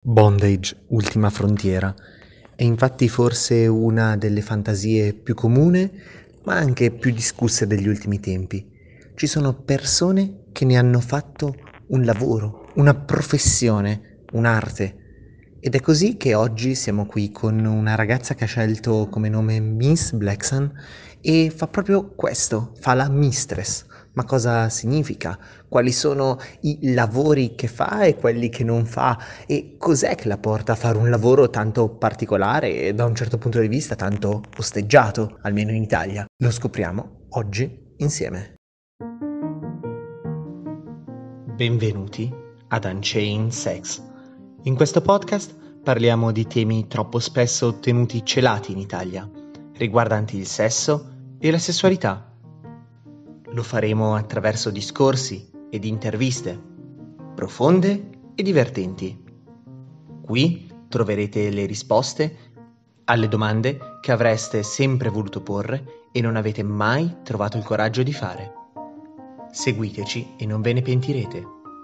Bondage, ultima frontiera, è infatti forse una delle fantasie più comune, ma anche più discusse degli ultimi tempi. Ci sono persone che ne hanno fatto un lavoro, una professione, un'arte. Ed è così che oggi siamo qui con una ragazza che ha scelto come nome Miss Blacksun e fa proprio questo, fa la mistress. Ma cosa significa? Quali sono i lavori che fa e quelli che non fa? E cos'è che la porta a fare un lavoro tanto particolare e da un certo punto di vista tanto osteggiato, almeno in Italia? Lo scopriamo oggi insieme. Benvenuti ad Unchained Sex. In questo podcast parliamo di temi troppo spesso tenuti celati in Italia, riguardanti il sesso e la sessualità. Lo faremo attraverso discorsi ed interviste, profonde e divertenti. Qui troverete le risposte alle domande che avreste sempre voluto porre e non avete mai trovato il coraggio di fare. Seguiteci e non ve ne pentirete.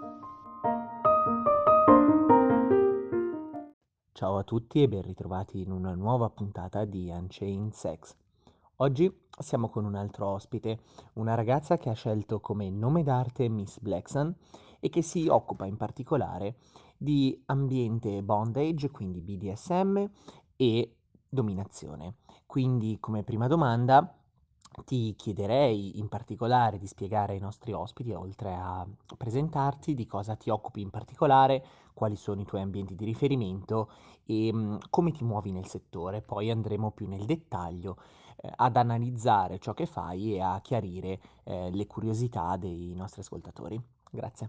Ciao a tutti e ben ritrovati in una nuova puntata di Unchained Sex. Oggi siamo con un altro ospite, una ragazza che ha scelto come nome d'arte Miss Blacksun e che si occupa in particolare di ambiente bondage, quindi BDSM e dominazione. Quindi come prima domanda ti chiederei in particolare di spiegare ai nostri ospiti, oltre a presentarti, di cosa ti occupi in particolare, quali sono i tuoi ambienti di riferimento e come ti muovi nel settore. Poi andremo più nel dettaglio ad analizzare ciò che fai e a chiarire le curiosità dei nostri ascoltatori. Grazie.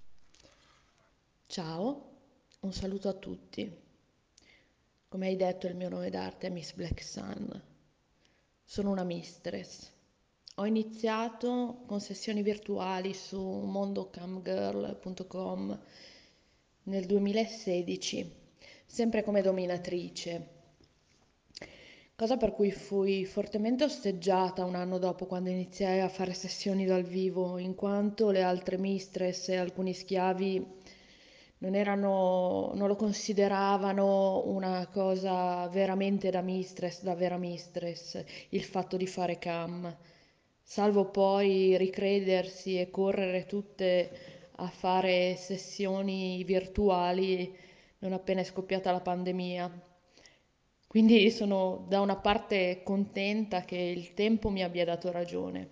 Ciao, un saluto a tutti. Come hai detto, il mio nome d'arte è Miss Black Sun. Sono una mistress. Ho iniziato con sessioni virtuali su mondocamgirl.com nel 2016, sempre come dominatrice, cosa per cui fui fortemente osteggiata un anno dopo quando iniziai a fare sessioni dal vivo, in quanto le altre mistress e alcuni schiavi non lo consideravano una cosa veramente da mistress, da vera mistress, il fatto di fare cam, salvo poi ricredersi e correre tutte a fare sessioni virtuali non appena è scoppiata la pandemia. Quindi sono da una parte contenta che il tempo mi abbia dato ragione.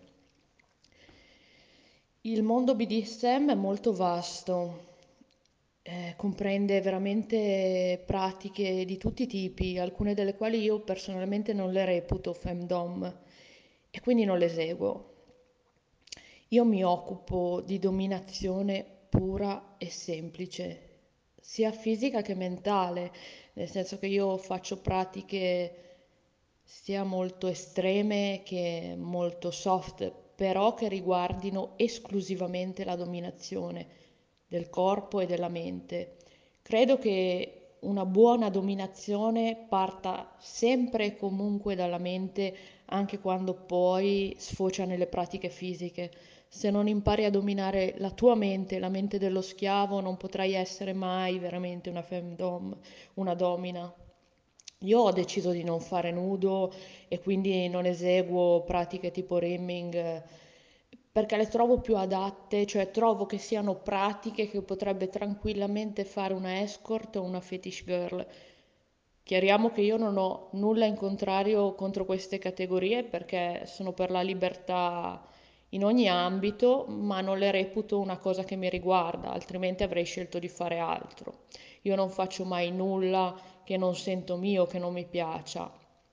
Il mondo BDSM è molto vasto, comprende veramente pratiche di tutti i tipi, alcune delle quali io personalmente non le reputo femdom e quindi non le eseguo. Io mi occupo di dominazione pura e semplice, sia fisica che mentale, nel senso che io faccio pratiche sia molto estreme che molto soft, però che riguardino esclusivamente la dominazione del corpo e della mente. Credo che una buona dominazione parta sempre e comunque dalla mente, anche quando poi sfocia nelle pratiche fisiche. Se non impari a dominare la tua mente, la mente dello schiavo, non potrai essere mai veramente una femdom, una domina. Io ho deciso di non fare nudo e quindi non eseguo pratiche tipo rimming perché le trovo più adatte, cioè trovo che siano pratiche che potrebbe tranquillamente fare una escort o una fetish girl. Chiariamo che io non ho nulla in contrario contro queste categorie perché sono per la libertà in ogni ambito, ma non le reputo una cosa che mi riguarda, altrimenti avrei scelto di fare altro. Io non faccio mai nulla che non sento mio, che non mi piaccia.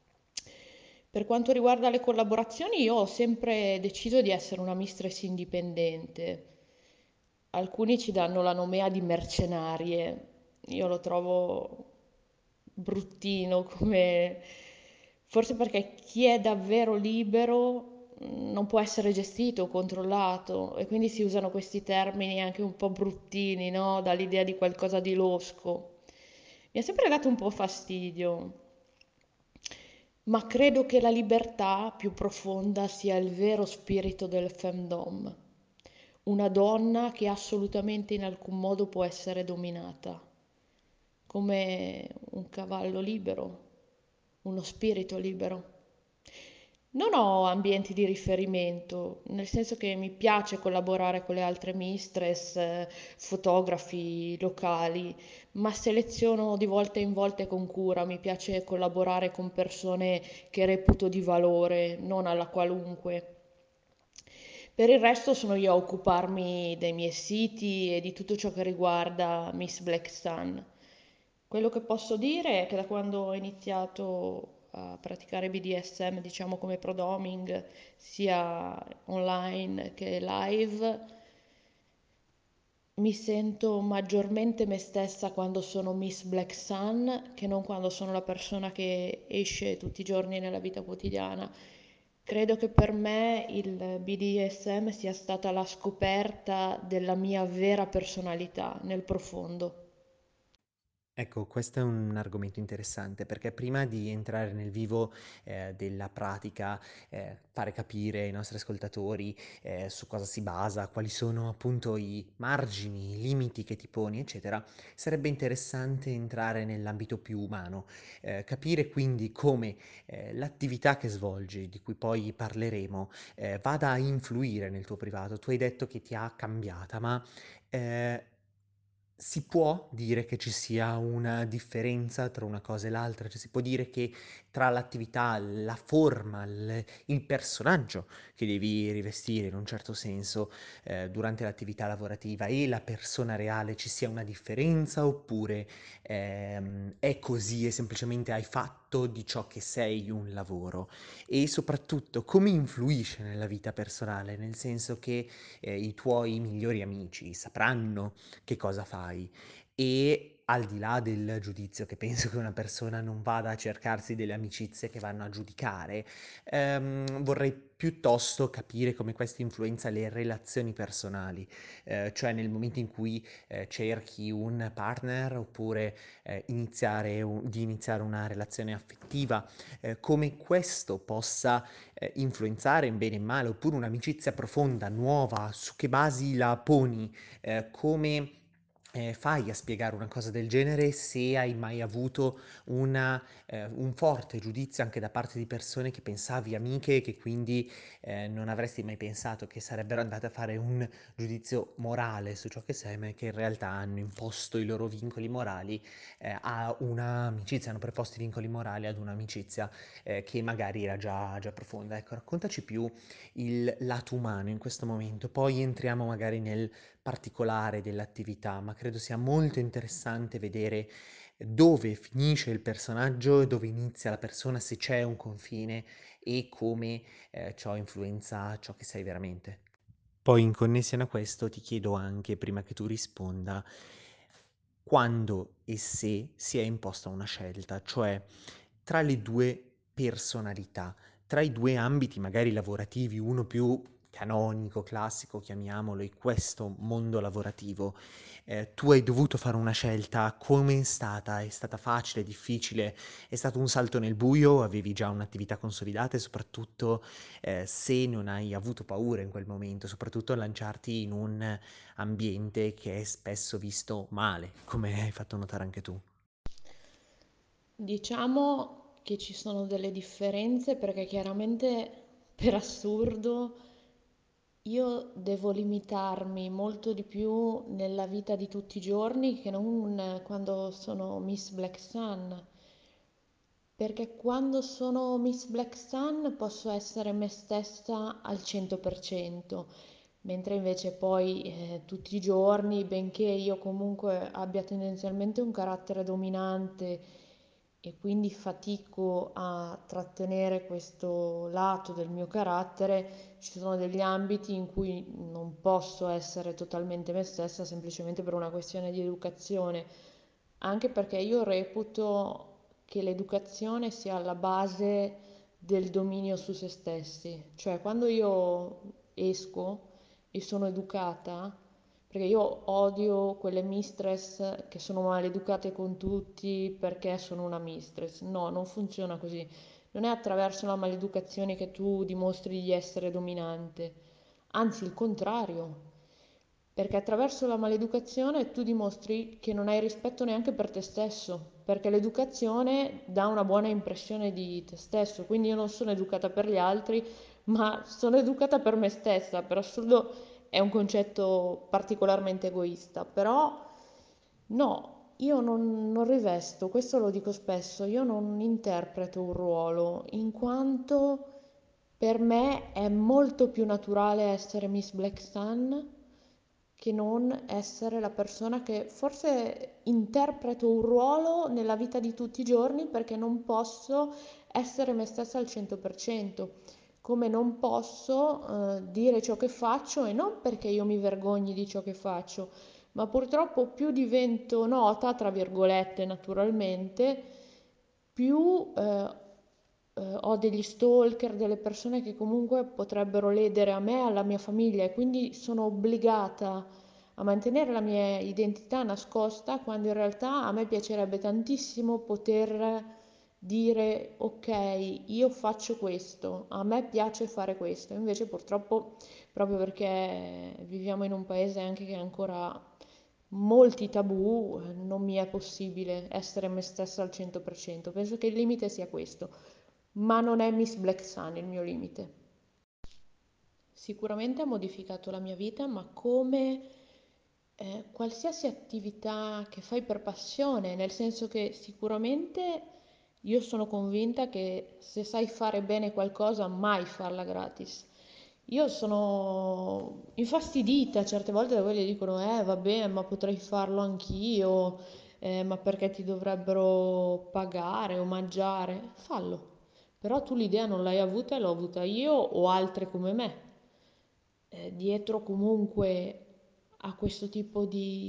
Per quanto riguarda le collaborazioni, io ho sempre deciso di essere una mistress indipendente. Alcuni ci danno la nomea di mercenarie, io lo trovo bruttino come... Forse perché chi è davvero libero non può essere gestito o controllato e quindi si usano questi termini anche un po' bruttini, no? Dall'idea di qualcosa di losco. Mi ha sempre dato un po' fastidio, ma credo che la libertà più profonda sia il vero spirito del femdom, una donna che assolutamente in alcun modo può essere dominata. come un cavallo libero, uno spirito libero. Non ho ambienti di riferimento, nel senso che mi piace collaborare con le altre mistress, fotografi locali, ma seleziono di volta in volta e con cura. Mi piace collaborare con persone che reputo di valore, non alla qualunque. Per il resto sono io a occuparmi dei miei siti e di tutto ciò che riguarda Miss Black Sun. Quello che posso dire è che da quando ho iniziato a praticare BDSM, diciamo come prodoming, sia online che live, mi sento maggiormente me stessa quando sono Miss Black Sun che non quando sono la persona che esce tutti i giorni nella vita quotidiana. Credo che per me il BDSM sia stata la scoperta della mia vera personalità nel profondo. Ecco, questo è un argomento interessante perché prima di entrare nel vivo della pratica, fare capire ai nostri ascoltatori su cosa si basa, quali sono appunto i margini, i limiti che ti poni, eccetera, sarebbe interessante entrare nell'ambito più umano, capire quindi come l'attività che svolgi, di cui poi parleremo, vada a influire nel tuo privato. Tu hai detto che ti ha cambiata, ma eh, si può dire che ci sia una differenza tra una cosa e l'altra? Cioè si può dire che tra l'attività, la forma, il personaggio che devi rivestire in un certo senso durante l'attività lavorativa e la persona reale ci sia una differenza oppure è così e semplicemente hai fatto di ciò che sei un lavoro? E soprattutto come influisce nella vita personale? Nel senso che i tuoi migliori amici sapranno che cosa fai e al di là del giudizio che penso che una persona non vada a cercarsi delle amicizie che vanno a giudicare, vorrei piuttosto capire come questo influenza le relazioni personali, cioè nel momento in cui cerchi un partner oppure di iniziare una relazione affettiva, come questo possa influenzare in bene e in male, oppure un'amicizia profonda, nuova, su che basi la poni, come fai a spiegare una cosa del genere se hai mai avuto un forte giudizio anche da parte di persone che pensavi amiche e che quindi non avresti mai pensato che sarebbero andate a fare un giudizio morale su ciò che sei, ma che in realtà hanno imposto i loro vincoli morali a un'amicizia, hanno preposto i vincoli morali ad un'amicizia che magari era già profonda. Ecco, raccontaci più il lato umano in questo momento, poi entriamo magari nel particolare dell'attività, ma credo sia molto interessante vedere dove finisce il personaggio e dove inizia la persona, se c'è un confine e come ciò influenza ciò che sei veramente. Poi in connessione a questo ti chiedo anche, prima che tu risponda, quando e se si è imposta una scelta, cioè tra le due personalità, tra i due ambiti magari lavorativi, uno più canonico, classico, chiamiamolo, e questo mondo lavorativo, tu hai dovuto fare una scelta, come è stata? È stata facile, difficile? È stato un salto nel buio? Avevi già un'attività consolidata e soprattutto se non hai avuto paura in quel momento, soprattutto a lanciarti in un ambiente che è spesso visto male, come hai fatto notare anche tu. Diciamo che ci sono delle differenze perché chiaramente per assurdo io devo limitarmi molto di più nella vita di tutti i giorni che non quando sono Miss Black Sun. Perché quando sono Miss Black Sun posso essere me stessa al 100%, mentre invece poi tutti i giorni, benché io comunque abbia tendenzialmente un carattere dominante e quindi fatico a trattenere questo lato del mio carattere, ci sono degli ambiti in cui non posso essere totalmente me stessa semplicemente per una questione di educazione, anche perché io reputo che l'educazione sia alla base del dominio su se stessi. Cioè, quando io esco e sono educata, perché io odio quelle mistress che sono maleducate con tutti perché sono una mistress. No, non funziona così. Non è attraverso la maleducazione che tu dimostri di essere dominante, anzi il contrario. Perché attraverso la maleducazione tu dimostri che non hai rispetto neanche per te stesso, perché l'educazione dà una buona impressione di te stesso, quindi io non sono educata per gli altri, ma sono educata per me stessa. Per assurdo è un concetto particolarmente egoista, però no, io non rivesto, questo lo dico spesso, io non interpreto un ruolo, in quanto per me è molto più naturale essere Miss Black Sun che non essere la persona che forse interpreto un ruolo nella vita di tutti i giorni perché non posso essere me stessa al 100%, come non posso dire ciò che faccio e non perché io mi vergogni di ciò che faccio, ma purtroppo più divento nota, tra virgolette, naturalmente, più ho degli stalker, delle persone che comunque potrebbero ledere a me e alla mia famiglia e quindi sono obbligata a mantenere la mia identità nascosta quando in realtà a me piacerebbe tantissimo poter dire ok, io faccio questo, a me piace fare questo, invece purtroppo proprio perché viviamo in un paese anche che ha ancora molti tabù, non mi è possibile essere me stessa al 100%. Penso che il limite sia questo, ma non è Miss Black Sun il mio limite. Sicuramente ha modificato la mia vita, ma come qualsiasi attività che fai per passione, nel senso che sicuramente io sono convinta che se sai fare bene qualcosa, mai farla gratis. Io sono infastidita certe volte da quelli che dicono, vabbè, ma potrei farlo anch'io, ma perché ti dovrebbero pagare, omaggiare? Fallo. Però tu l'idea non l'hai avuta e l'ho avuta io o altre come me. Dietro comunque a questo tipo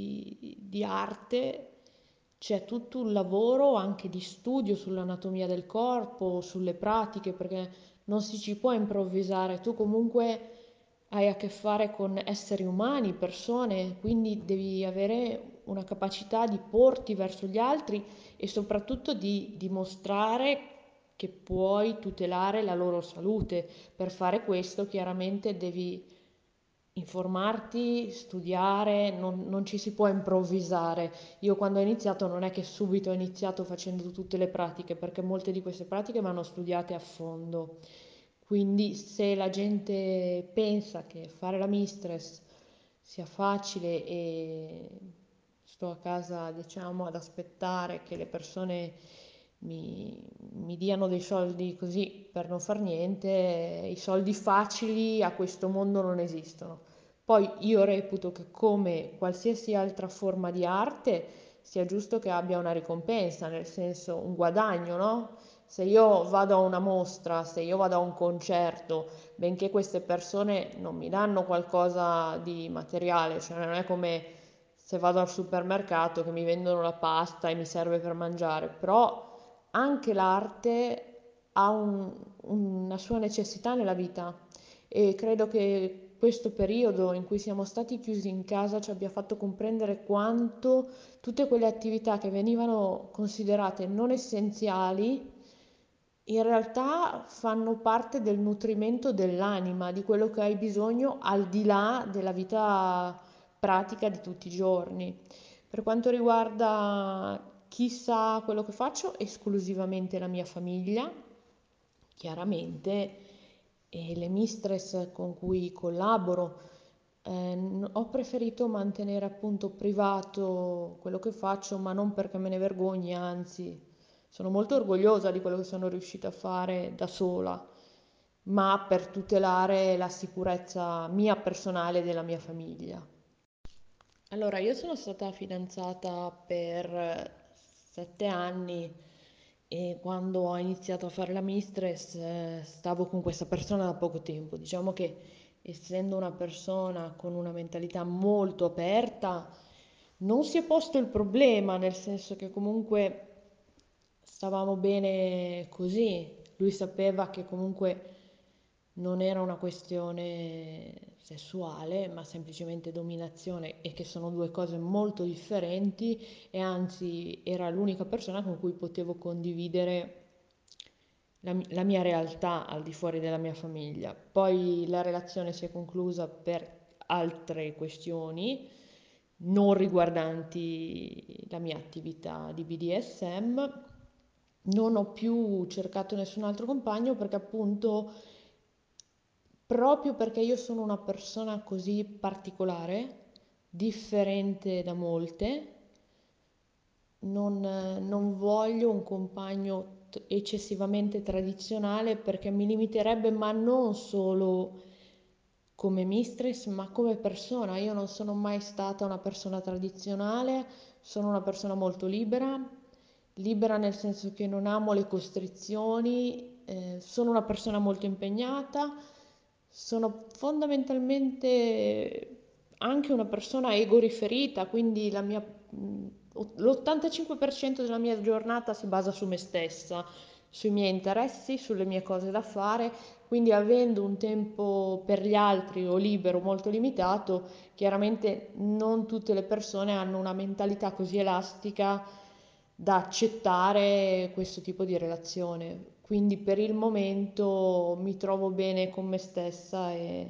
di arte c'è tutto un lavoro anche di studio sull'anatomia del corpo, sulle pratiche, perché non si ci può improvvisare. Tu comunque hai a che fare con esseri umani, persone, quindi devi avere una capacità di porti verso gli altri e soprattutto di dimostrare che puoi tutelare la loro salute. Per fare questo chiaramente devi informarti, studiare, non ci si può improvvisare. Io quando ho iniziato non è che subito ho iniziato facendo tutte le pratiche, perché molte di queste pratiche vanno studiate a fondo. Quindi se la gente pensa che fare la mistress sia facile e sto a casa, diciamo, ad aspettare che le persone mi, mi diano dei soldi così per non far niente, i soldi facili a questo mondo non esistono. Poi io reputo che come qualsiasi altra forma di arte sia giusto che abbia una ricompensa, nel senso un guadagno, no? Se io vado a una mostra, se io vado a un concerto, benché queste persone non mi danno qualcosa di materiale, cioè non è come se vado al supermercato che mi vendono la pasta e mi serve per mangiare, però anche l'arte ha una sua necessità nella vita e credo che questo periodo in cui siamo stati chiusi in casa ci abbia fatto comprendere quanto tutte quelle attività che venivano considerate non essenziali in realtà fanno parte del nutrimento dell'anima, di quello che hai bisogno al di là della vita pratica di tutti i giorni. Per quanto riguarda chi sa quello che faccio, esclusivamente la mia famiglia, chiaramente, e le mistress con cui collaboro. Ho preferito mantenere appunto privato quello che faccio, ma non perché me ne vergogni, anzi, sono molto orgogliosa di quello che sono riuscita a fare da sola, ma per tutelare la sicurezza mia personale e della mia famiglia. Allora, io sono stata fidanzata per 7 anni e quando ho iniziato a fare la mistress stavo con questa persona da poco tempo. Diciamo che essendo una persona con una mentalità molto aperta, non si è posto il problema, nel senso che comunque stavamo bene così. Lui sapeva che comunque non era una questione sessuale, ma semplicemente dominazione e che sono due cose molto differenti e anzi era l'unica persona con cui potevo condividere la mia realtà al di fuori della mia famiglia. Poi la relazione si è conclusa per altre questioni non riguardanti la mia attività di BDSM. Non ho più cercato nessun altro compagno perché appunto, proprio perché io sono una persona così particolare, differente da molte, non voglio un compagno eccessivamente tradizionale perché mi limiterebbe, ma non solo come mistress, ma come persona. Io non sono mai stata una persona tradizionale, sono una persona molto libera, libera nel senso che non amo le costrizioni, sono una persona molto impegnata, sono fondamentalmente anche una persona ego riferita, quindi l'85% della mia giornata si basa su me stessa, sui miei interessi, sulle mie cose da fare, quindi avendo un tempo per gli altri o libero molto limitato, chiaramente non tutte le persone hanno una mentalità così elastica da accettare questo tipo di relazione. Quindi per il momento mi trovo bene con me stessa e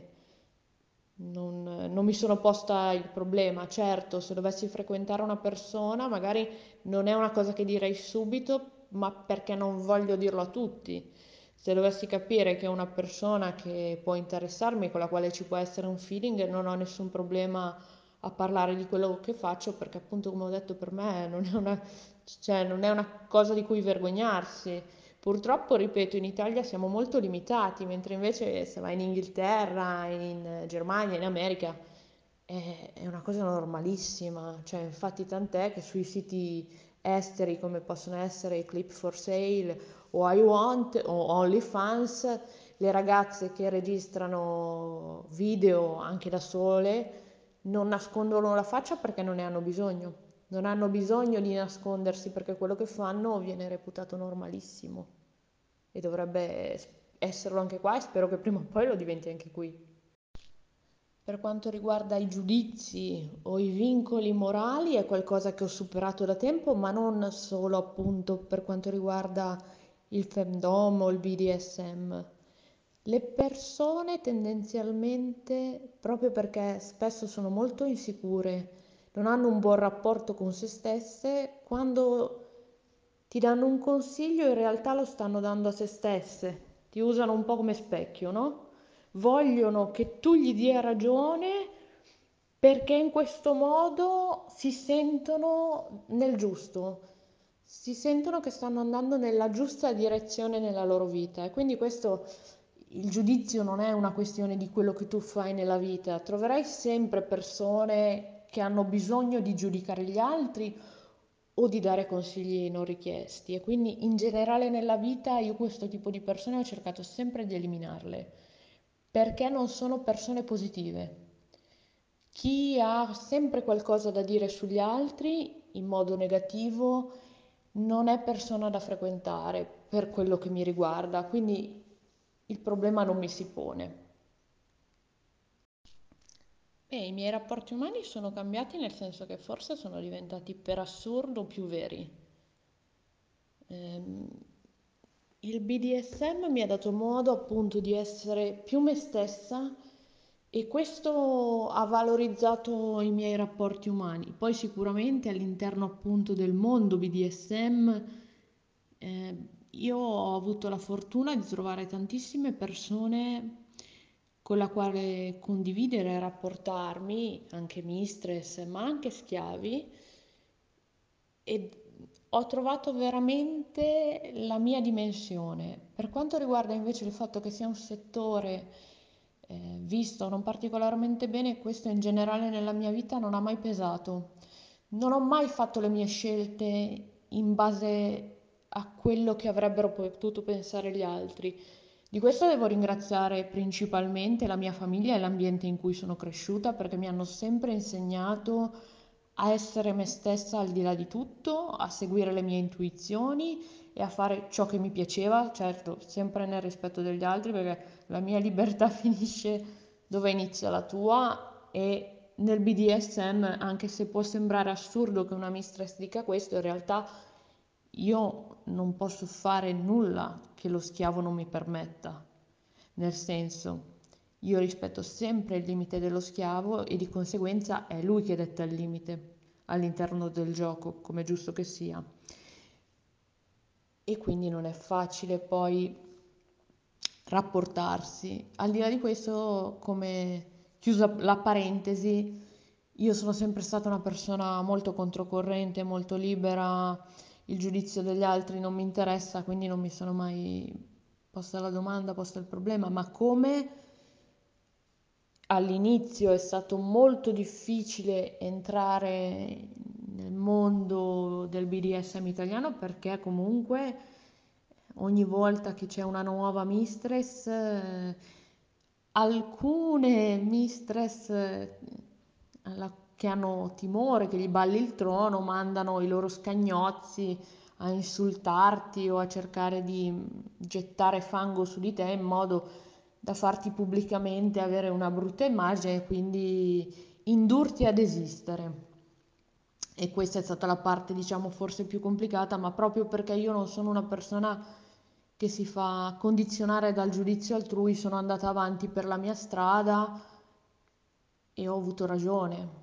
non mi sono posta il problema. Certo, se dovessi frequentare una persona, magari non è una cosa che direi subito, ma perché non voglio dirlo a tutti. Se dovessi capire che è una persona che può interessarmi, con la quale ci può essere un feeling, non ho nessun problema a parlare di quello che faccio, perché appunto, come ho detto, per me non è una cosa di cui vergognarsi. Purtroppo, ripeto, in Italia siamo molto limitati, mentre invece se vai in Inghilterra, in Germania, in America è una cosa normalissima. Cioè, infatti, tant'è che sui siti esteri come possono essere Clip for Sale o I Want o OnlyFans, le ragazze che registrano video anche da sole non nascondono la faccia perché non ne hanno bisogno. Non hanno bisogno di nascondersi perché quello che fanno viene reputato normalissimo e dovrebbe esserlo anche qua e spero che prima o poi lo diventi anche qui. Per quanto riguarda i giudizi o i vincoli morali è qualcosa che ho superato da tempo, ma non solo appunto per quanto riguarda il femdom o il BDSM. Le persone tendenzialmente, proprio perché spesso sono molto insicure, non hanno un buon rapporto con se stesse, quando ti danno un consiglio in realtà lo stanno dando a se stesse, ti usano un po' come specchio, no? Vogliono che tu gli dia ragione perché in questo modo si sentono nel giusto, si sentono che stanno andando nella giusta direzione nella loro vita e quindi questo, il giudizio non è una questione di quello che tu fai nella vita, troverai sempre persone che hanno bisogno di giudicare gli altri o di dare consigli non richiesti e quindi in generale nella vita io questo tipo di persone ho cercato sempre di eliminarle perché non sono persone positive. Chi ha sempre qualcosa da dire sugli altri in modo negativo non è persona da frequentare per quello che mi riguarda, quindi il problema non mi si pone. I miei rapporti umani sono cambiati nel senso che forse sono diventati per assurdo più veri. Ehm, il BDSM mi ha dato modo appunto di essere più me stessa e questo ha valorizzato i miei rapporti umani. Poi sicuramente all'interno appunto del mondo BDSM eh, io ho avuto la fortuna di trovare tantissime persone con la quale condividere e rapportarmi, anche mistress, ma anche schiavi, e ho trovato veramente la mia dimensione. Per quanto riguarda invece il fatto che sia un settore visto non particolarmente bene, questo in generale nella mia vita non ha mai pesato. Non ho mai fatto le mie scelte in base a quello che avrebbero potuto pensare gli altri. Di questo devo ringraziare principalmente la mia famiglia e l'ambiente in cui sono cresciuta perché mi hanno sempre insegnato a essere me stessa al di là di tutto, a seguire le mie intuizioni e a fare ciò che mi piaceva, certo, sempre nel rispetto degli altri perché la mia libertà finisce dove inizia la tua e nel BDSM, anche se può sembrare assurdo che una mistress dica questo, in realtà io non posso fare nulla che lo schiavo non mi permetta. Nel senso, Io rispetto sempre il limite dello schiavo e di conseguenza è lui che detta il limite all'interno del gioco, come è giusto che sia. E quindi non è facile poi rapportarsi. Al di là di questo, come chiusa la parentesi, io sono sempre stata una persona molto controcorrente, molto libera, il giudizio degli altri non mi interessa, quindi non mi sono mai posta la domanda, posta il problema, ma come all'inizio è stato molto difficile entrare nel mondo del BDSM italiano perché comunque ogni volta che c'è una nuova mistress, alcune mistress che hanno timore che gli balli il trono mandano i loro scagnozzi a insultarti o a cercare di gettare fango su di te in modo da farti pubblicamente avere una brutta immagine e quindi indurti a desistere. E questa è stata la parte, diciamo, forse più complicata, ma proprio perché io non sono una persona che si fa condizionare dal giudizio altrui, sono andata avanti per la mia strada e ho avuto ragione.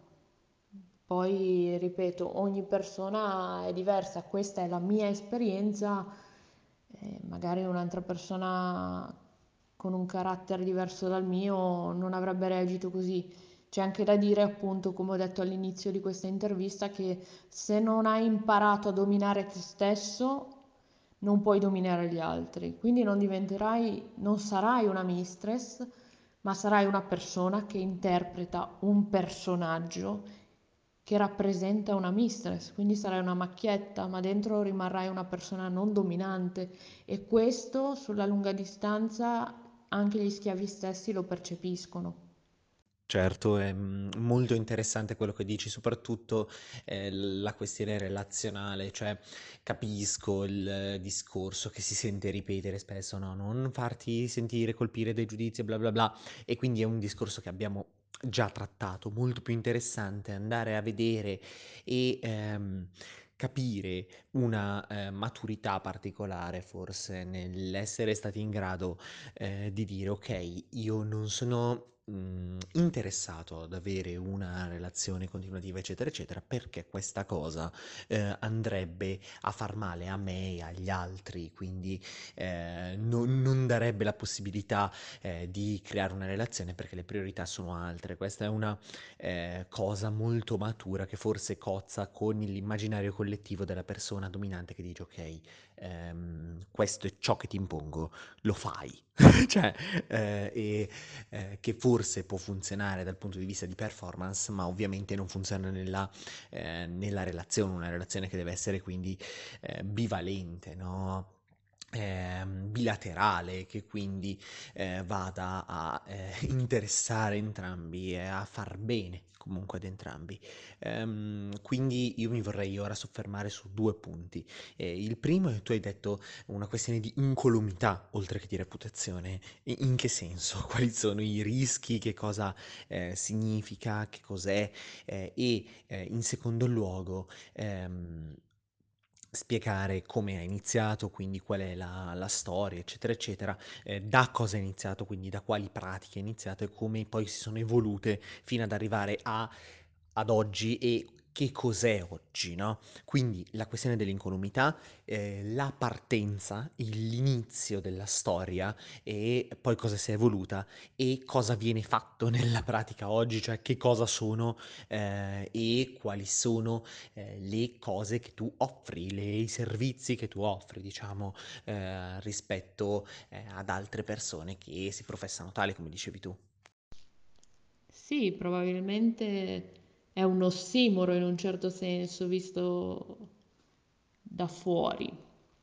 Poi, ripeto, ogni persona è diversa, questa è la mia esperienza, magari un'altra persona con un carattere diverso dal mio non avrebbe reagito così. C'è anche da dire, appunto, come ho detto all'inizio di questa intervista, che se non hai imparato a dominare te stesso, non puoi dominare gli altri. Quindi non diventerai, non sarai una mistress, ma sarai una persona che interpreta un personaggio che rappresenta una mistress, quindi sarai una macchietta, ma dentro rimarrai una persona non dominante e questo sulla lunga distanza anche gli schiavi stessi lo percepiscono. Certo, è molto interessante quello che dici, soprattutto la questione relazionale, cioè capisco il discorso che si sente ripetere spesso, no? Non farti sentire colpire dai giudizi, bla bla bla, e quindi è un discorso che abbiamo già trattato, molto più interessante andare a vedere e capire una maturità particolare forse nell'essere stati in grado di dire ok, io non sono interessato ad avere una relazione continuativa, eccetera, eccetera, perché questa cosa andrebbe a far male a me e agli altri, quindi non darebbe la possibilità di creare una relazione perché le priorità sono altre. Questa è una cosa molto matura che forse cozza con l'immaginario collettivo della persona dominante che dice ok, questo è ciò che ti impongo, lo fai. Cioè, che forse può funzionare dal punto di vista di performance, ma ovviamente non funziona nella relazione, una relazione che deve essere quindi bivalente, no? Bilaterale, che quindi vada a interessare entrambi e a far bene comunque ad entrambi. Quindi io mi vorrei ora soffermare su due punti. Il primo è tu hai detto una questione di incolumità oltre che di reputazione. In che senso? Quali sono i rischi? Che cosa significa? Che cos'è? In secondo luogo, spiegare come ha iniziato, quindi qual è la storia, eccetera, eccetera, da cosa è iniziato, quindi da quali pratiche è iniziato e come poi si sono evolute fino ad arrivare ad oggi e che cos'è oggi, no? Quindi la questione dell'incolumità, la partenza, l'inizio della storia e poi cosa si è evoluta e cosa viene fatto nella pratica oggi, cioè che cosa sono e quali sono le cose che tu offri, i servizi che tu offri, diciamo, rispetto ad altre persone che si professano tali, come dicevi tu. Sì, probabilmente è un ossimoro in un certo senso, visto da fuori.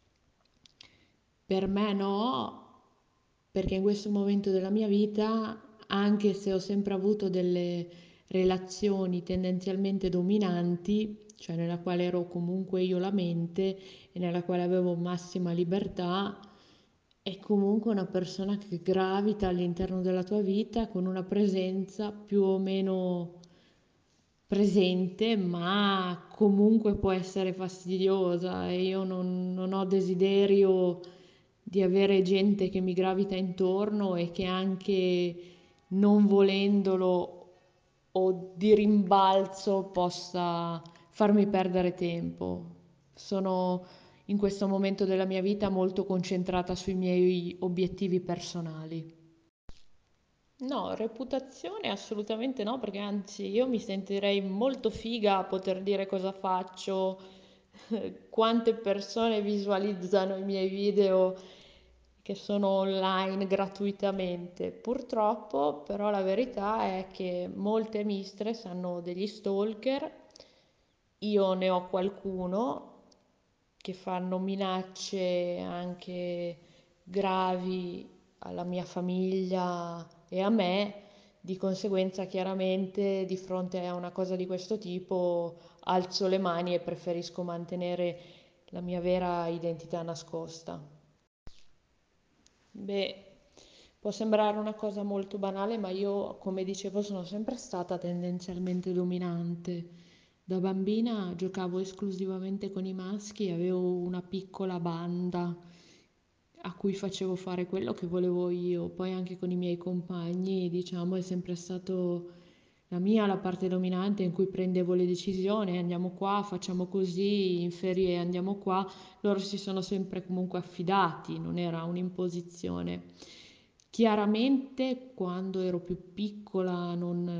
Per me no, perché in questo momento della mia vita, anche se ho sempre avuto delle relazioni tendenzialmente dominanti, cioè nella quale ero comunque io la mente e nella quale avevo massima libertà, è comunque una persona che gravita all'interno della tua vita con una presenza più o meno presente, ma comunque può essere fastidiosa e io non ho desiderio di avere gente che mi gravita intorno e che anche non volendolo o di rimbalzo possa farmi perdere tempo. Sono in questo momento della mia vita molto concentrata sui miei obiettivi personali. No, reputazione assolutamente no, perché anzi io mi sentirei molto figa a poter dire cosa faccio, quante persone visualizzano i miei video che sono online gratuitamente. Purtroppo, però, la verità è che molte mistress hanno degli stalker. Io ne ho qualcuno che fanno minacce anche gravi alla mia famiglia e a me. Di conseguenza, chiaramente, di fronte a una cosa di questo tipo, alzo le mani e preferisco mantenere la mia vera identità nascosta. Beh, può sembrare una cosa molto banale, ma io, come dicevo, sono sempre stata tendenzialmente dominante. Da bambina giocavo esclusivamente con i maschi, avevo una piccola banda a cui facevo fare quello che volevo io. Poi anche con i miei compagni, diciamo, è sempre stato la mia la parte dominante in cui prendevo le decisioni, andiamo qua, facciamo così, in ferie andiamo qua. Loro si sono sempre comunque affidati, non era un'imposizione. Chiaramente quando ero più piccola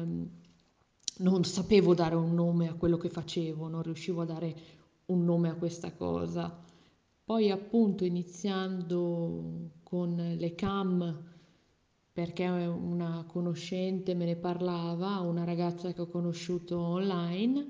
non sapevo dare un nome a quello che facevo, non riuscivo a dare un nome a questa cosa. Poi appunto iniziando con le cam, perché una conoscente me ne parlava, una ragazza che ho conosciuto online,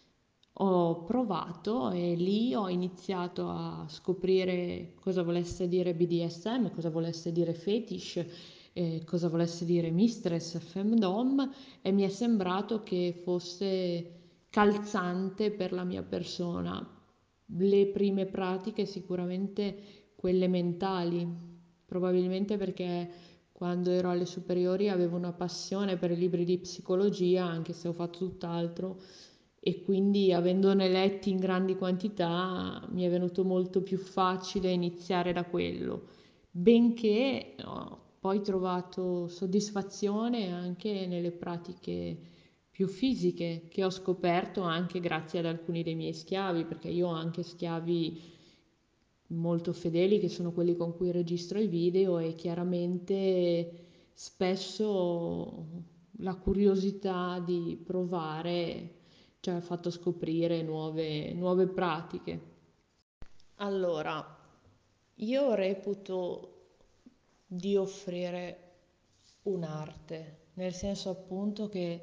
ho provato e lì ho iniziato a scoprire cosa volesse dire BDSM, cosa volesse dire fetish, cosa volesse dire mistress, femdom e mi è sembrato che fosse calzante per la mia persona. Le prime pratiche sicuramente quelle mentali, probabilmente perché quando ero alle superiori avevo una passione per i libri di psicologia, anche se ho fatto tutt'altro, e quindi avendone letti in grandi quantità mi è venuto molto più facile iniziare da quello, benché ho poi trovato soddisfazione anche nelle pratiche più fisiche che ho scoperto anche grazie ad alcuni dei miei schiavi, perché io ho anche schiavi molto fedeli che sono quelli con cui registro i video e chiaramente spesso la curiosità di provare ci ha fatto scoprire nuove pratiche. Allora, io reputo di offrire un'arte, nel senso appunto che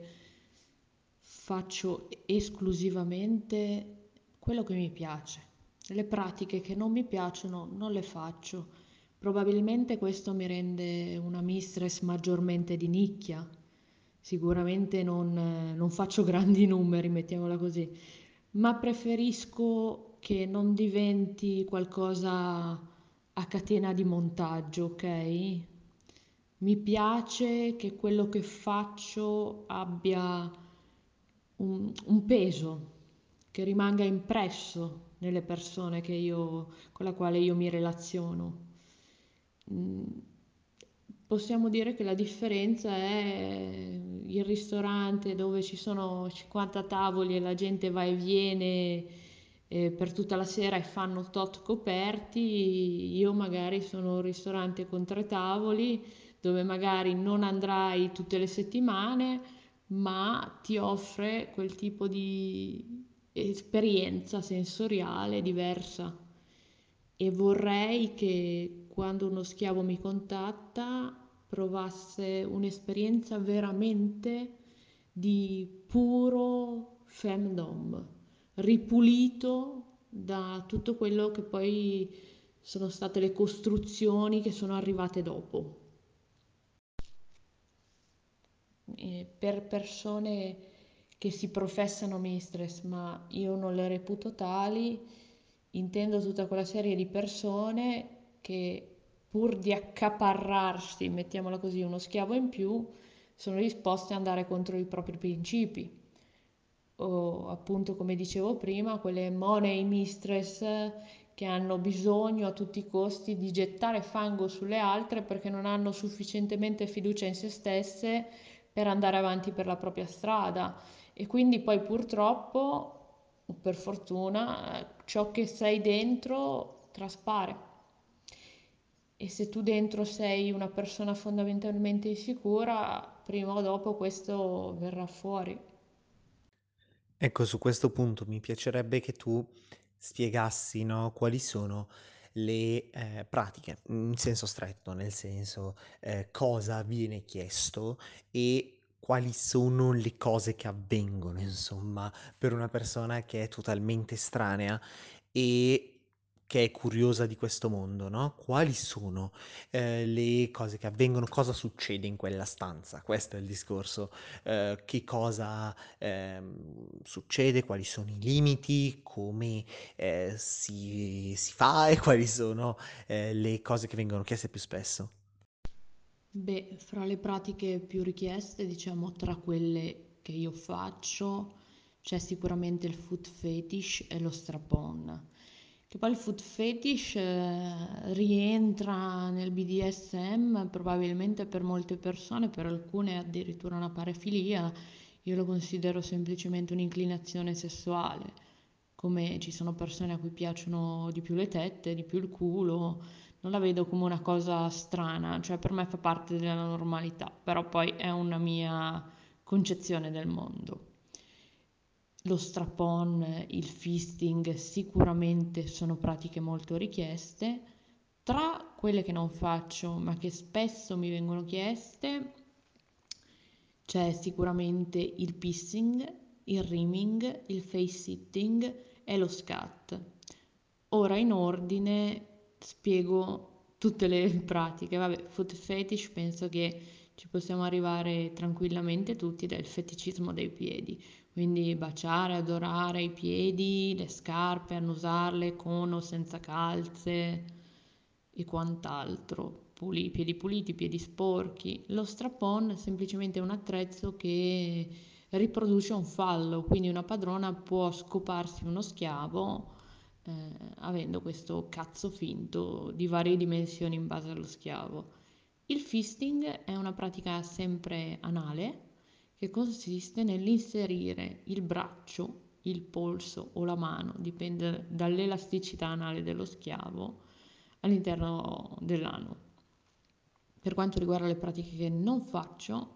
faccio esclusivamente quello che mi piace. Le pratiche che non mi piacciono non le faccio. Probabilmente questo mi rende una mistress maggiormente di nicchia. Sicuramente non faccio grandi numeri, mettiamola così, ma preferisco che non diventi qualcosa a catena di montaggio, ok? Mi piace che quello che faccio abbia un peso, che rimanga impresso nelle persone con la quale io mi relaziono. Mm, Possiamo dire che la differenza è il ristorante dove ci sono 50 tavoli e la gente va e viene per tutta la sera e fanno tot coperti. Io magari sono un ristorante con 3 tavoli dove magari non andrai tutte le settimane, ma ti offre quel tipo di esperienza sensoriale diversa. E vorrei che quando uno schiavo mi contatta provasse un'esperienza veramente di puro femdom, ripulito da tutto quello che poi sono state le costruzioni che sono arrivate dopo. Per persone che si professano mistress, ma io non le reputo tali, intendo tutta quella serie di persone che pur di accaparrarsi, mettiamola così, uno schiavo in più, sono disposte ad andare contro i propri principi. O appunto, come dicevo prima, quelle money mistress che hanno bisogno a tutti i costi di gettare fango sulle altre perché non hanno sufficientemente fiducia in se stesse per andare avanti per la propria strada. E quindi poi purtroppo, o per fortuna, ciò che sei dentro traspare. E se tu dentro sei una persona fondamentalmente insicura, prima o dopo questo verrà fuori. Ecco, su questo punto mi piacerebbe che tu spiegassi, no, quali sono le pratiche, in senso stretto, nel senso cosa viene chiesto e quali sono le cose che avvengono, insomma, per una persona che è totalmente estranea e che è curiosa di questo mondo, no? Quali sono le cose che avvengono, cosa succede in quella stanza? Questo è il discorso. Che cosa succede, quali sono i limiti, come si fa e quali sono le cose che vengono chieste più spesso. Beh, fra le pratiche più richieste, diciamo tra quelle che io faccio, c'è sicuramente il foot fetish e lo strap-on. Che poi il foot fetish rientra nel BDSM probabilmente per molte persone, per alcune è addirittura una parafilia. Io lo considero semplicemente un'inclinazione sessuale, come ci sono persone a cui piacciono di più le tette, di più il culo, non la vedo come una cosa strana, cioè per me fa parte della normalità, però poi è una mia concezione del mondo. Lo strap-on, il fisting sicuramente sono pratiche molto richieste. Tra quelle che non faccio, ma che spesso mi vengono chieste, c'è sicuramente il pissing, il rimming, il face sitting e lo scat. Ora in ordine spiego tutte le pratiche. Vabbè, foot fetish penso che ci possiamo arrivare tranquillamente tutti dal feticismo dei piedi. Quindi baciare, adorare i piedi, le scarpe, annusarle con o senza calze e quant'altro. Piedi puliti, piedi sporchi. Lo strap-on è semplicemente un attrezzo che riproduce un fallo, quindi una padrona può scoparsi uno schiavo avendo questo cazzo finto di varie dimensioni in base allo schiavo. Il fisting è una pratica sempre anale che consiste nell'inserire il braccio, il polso o la mano, dipende dall'elasticità anale dello schiavo, all'interno dell'ano. Per quanto riguarda le pratiche che non faccio,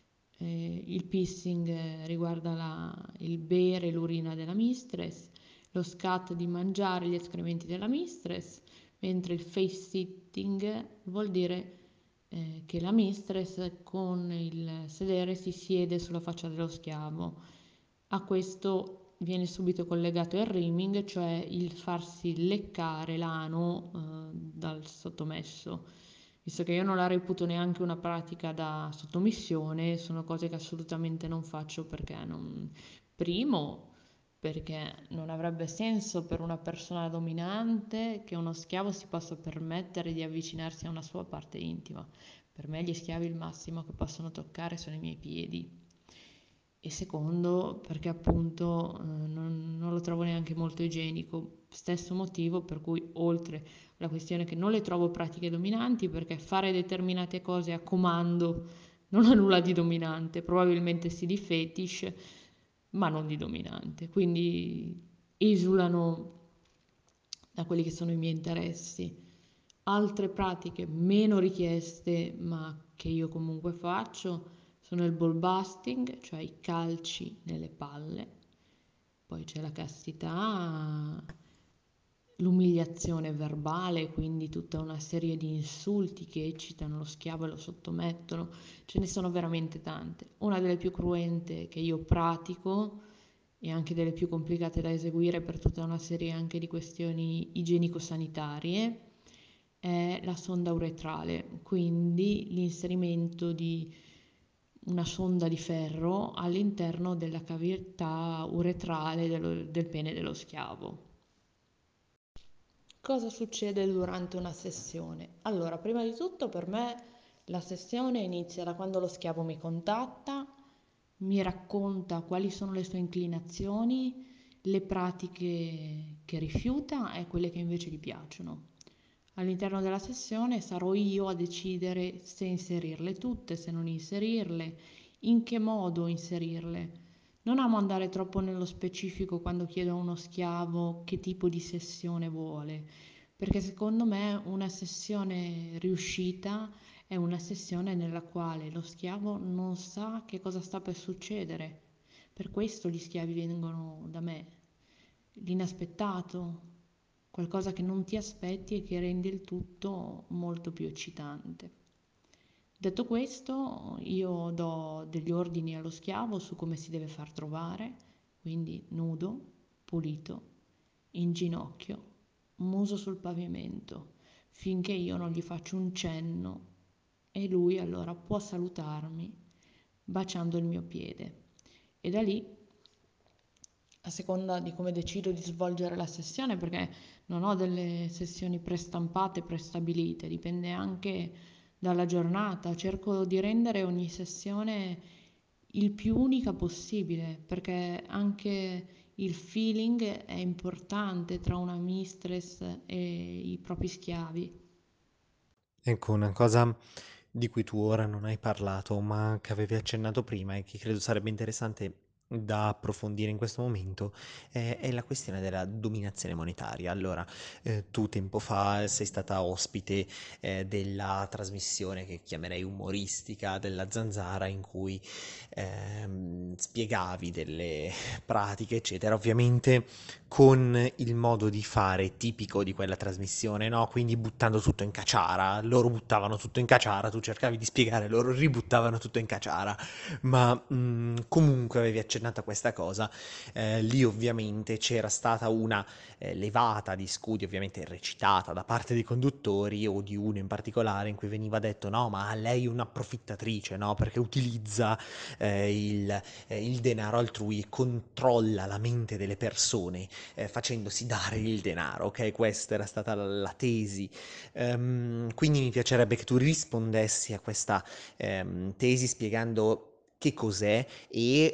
il pissing riguarda il bere l'urina della mistress, lo scat di mangiare gli escrementi della mistress, mentre il face sitting vuol dire che la mistress con il sedere si siede sulla faccia dello schiavo. A questo viene subito collegato il rimming, cioè il farsi leccare l'ano dal sottomesso. Visto che io non la reputo neanche una pratica da sottomissione, sono cose che assolutamente non faccio perché non... Primo, perché non avrebbe senso per una persona dominante che uno schiavo si possa permettere di avvicinarsi a una sua parte intima. Per me gli schiavi il massimo che possono toccare sono i miei piedi. E secondo, perché appunto non lo trovo neanche molto igienico. Stesso motivo per cui, oltre alla questione che non le trovo pratiche dominanti, perché fare determinate cose a comando non ha nulla di dominante, probabilmente sì di fetish, ma non di dominante. Quindi esulano da quelli che sono i miei interessi. Altre pratiche meno richieste, ma che io comunque faccio, sono il ball busting, cioè i calci nelle palle. Poi c'è la castità, l'umiliazione verbale, quindi tutta una serie di insulti che eccitano lo schiavo e lo sottomettono. Ce ne sono veramente tante. Una delle più cruente che io pratico e anche delle più complicate da eseguire per tutta una serie anche di questioni igienico-sanitarie è la sonda uretrale, quindi l'inserimento di una sonda di ferro all'interno della cavità uretrale del pene dello schiavo. Cosa succede durante una sessione? Allora, prima di tutto per me la sessione inizia da quando lo schiavo mi contatta, mi racconta quali sono le sue inclinazioni, le pratiche che rifiuta e quelle che invece gli piacciono. All'interno della sessione sarò io a decidere se inserirle tutte, se non inserirle, in che modo inserirle. Non amo andare troppo nello specifico quando chiedo a uno schiavo che tipo di sessione vuole, perché secondo me una sessione riuscita è una sessione nella quale lo schiavo non sa che cosa sta per succedere. Per questo gli schiavi vengono da me. L'inaspettato, qualcosa che non ti aspetti e che rende il tutto molto più eccitante. Detto questo, io do degli ordini allo schiavo su come si deve far trovare, quindi nudo, pulito, in ginocchio, muso sul pavimento, finché io non gli faccio un cenno e lui allora può salutarmi baciando il mio piede. E da lì, a seconda di come decido di svolgere la sessione, perché non ho delle sessioni prestampate, prestabilite, dipende anche dalla giornata. Cerco di rendere ogni sessione il più unica possibile, perché anche il feeling è importante tra una mistress e i propri schiavi. Ecco, una cosa di cui tu ora non hai parlato, ma che avevi accennato prima e che credo sarebbe interessante da approfondire in questo momento, è la questione della dominazione monetaria. Allora, tu tempo fa sei stata ospite, della trasmissione che chiamerei umoristica della Zanzara, in cui spiegavi delle pratiche, eccetera. Ovviamente con il modo di fare tipico di quella trasmissione, no? Quindi buttando tutto in caciara, loro buttavano tutto in caciara, tu cercavi di spiegare, loro ributtavano tutto in caciara, ma comunque avevi accennato a questa cosa. Lì ovviamente c'era stata una levata di scudi, ovviamente recitata da parte dei conduttori o di uno in particolare, in cui veniva detto no, ma lei è un'approfittatrice, no? Perché utilizza il denaro altrui, controlla la mente delle persone facendosi dare il denaro, ok? Questa era stata la tesi. Quindi mi piacerebbe che tu rispondessi a questa tesi spiegando che cos'è e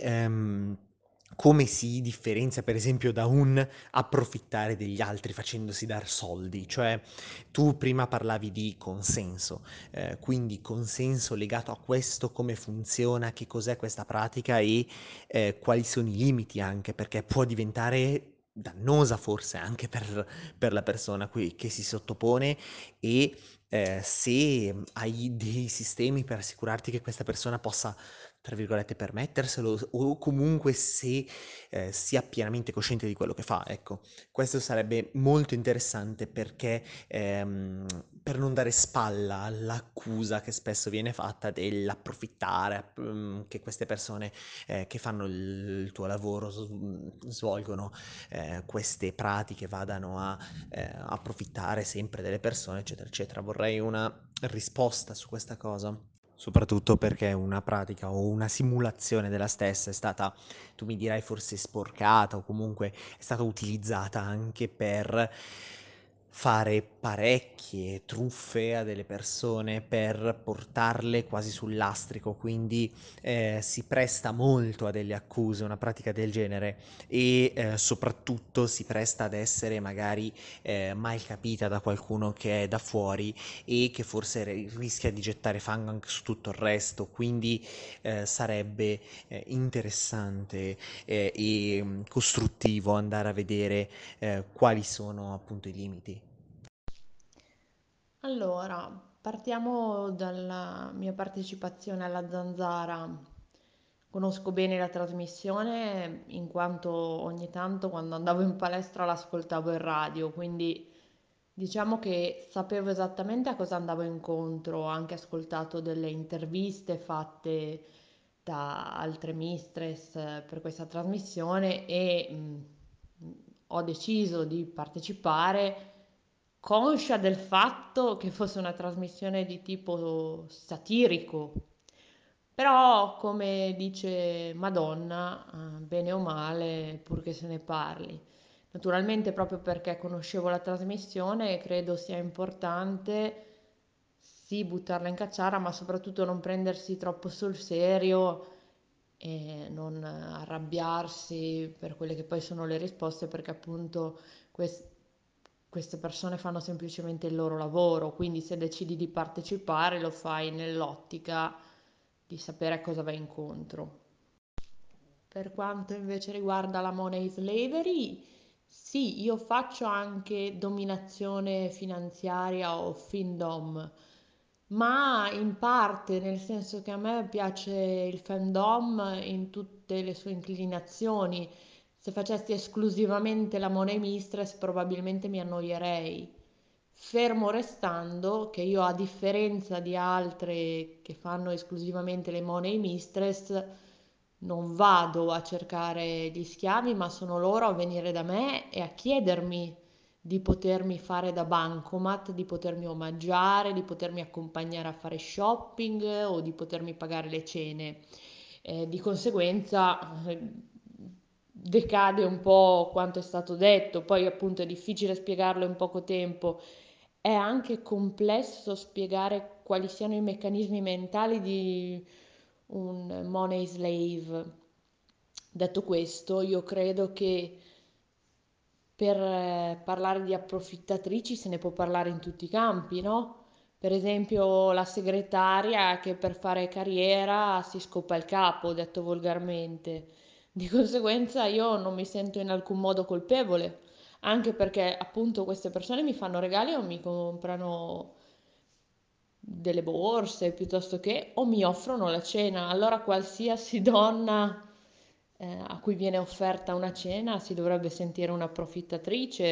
come si differenzia per esempio da un approfittare degli altri facendosi dar soldi. Cioè tu prima parlavi di consenso, quindi consenso legato a questo, come funziona, che cos'è questa pratica e quali sono i limiti anche, perché può diventare dannosa forse anche per la persona che si sottopone e se hai dei sistemi per assicurarti che questa persona possa, tra virgolette, permetterselo o comunque se sia pienamente cosciente di quello che fa. Ecco, questo sarebbe molto interessante perché per non dare spalla all'accusa che spesso viene fatta dell'approfittare, che queste persone che fanno il tuo lavoro svolgono queste pratiche, vadano a approfittare sempre delle persone, eccetera, eccetera. Vorrei una risposta su questa cosa. Soprattutto perché una pratica o una simulazione della stessa è stata, tu mi dirai, forse sporcata o comunque è stata utilizzata anche per fare parecchie truffe a delle persone per portarle quasi sul lastrico, quindi si presta molto a delle accuse, una pratica del genere e soprattutto si presta ad essere magari mal capita da qualcuno che è da fuori e che forse rischia di gettare fango anche su tutto il resto, quindi sarebbe interessante e costruttivo andare a vedere quali sono appunto i limiti. Allora, partiamo dalla mia partecipazione alla Zanzara. Conosco bene la trasmissione in quanto ogni tanto quando andavo in palestra l'ascoltavo in radio, quindi diciamo che sapevo esattamente a cosa andavo incontro, ho anche ascoltato delle interviste fatte da altre mistress per questa trasmissione e ho deciso di partecipare conscia del fatto che fosse una trasmissione di tipo satirico. Però, come dice Madonna, bene o male, purché se ne parli. Naturalmente, proprio perché conoscevo la trasmissione, credo sia importante sì buttarla in cacciara, ma soprattutto non prendersi troppo sul serio e non arrabbiarsi per quelle che poi sono le risposte, perché appunto queste persone fanno semplicemente il loro lavoro, quindi se decidi di partecipare lo fai nell'ottica di sapere a cosa vai incontro. Per quanto invece riguarda la money slavery, sì, io faccio anche dominazione finanziaria o findom, ma in parte, nel senso che a me piace il fandom in tutte le sue inclinazioni. Se facessi esclusivamente la Money Mistress probabilmente mi annoierei. Fermo restando che io, a differenza di altre che fanno esclusivamente le Money Mistress, non vado a cercare gli schiavi, ma sono loro a venire da me e a chiedermi di potermi fare da bancomat, di potermi omaggiare, di potermi accompagnare a fare shopping o di potermi pagare le cene. Di conseguenza decade un po' quanto è stato detto, poi appunto è difficile spiegarlo in poco tempo, è anche complesso spiegare quali siano i meccanismi mentali di un money slave. Detto questo, io credo che per parlare di approfittatrici se ne può parlare in tutti i campi, no? Per esempio la segretaria che per fare carriera si scopa il capo, detto volgarmente. Di conseguenza io non mi sento in alcun modo colpevole, anche perché appunto queste persone mi fanno regali o mi comprano delle borse piuttosto che, o mi offrono la cena. Allora qualsiasi donna a cui viene offerta una cena si dovrebbe sentire un'approfittatrice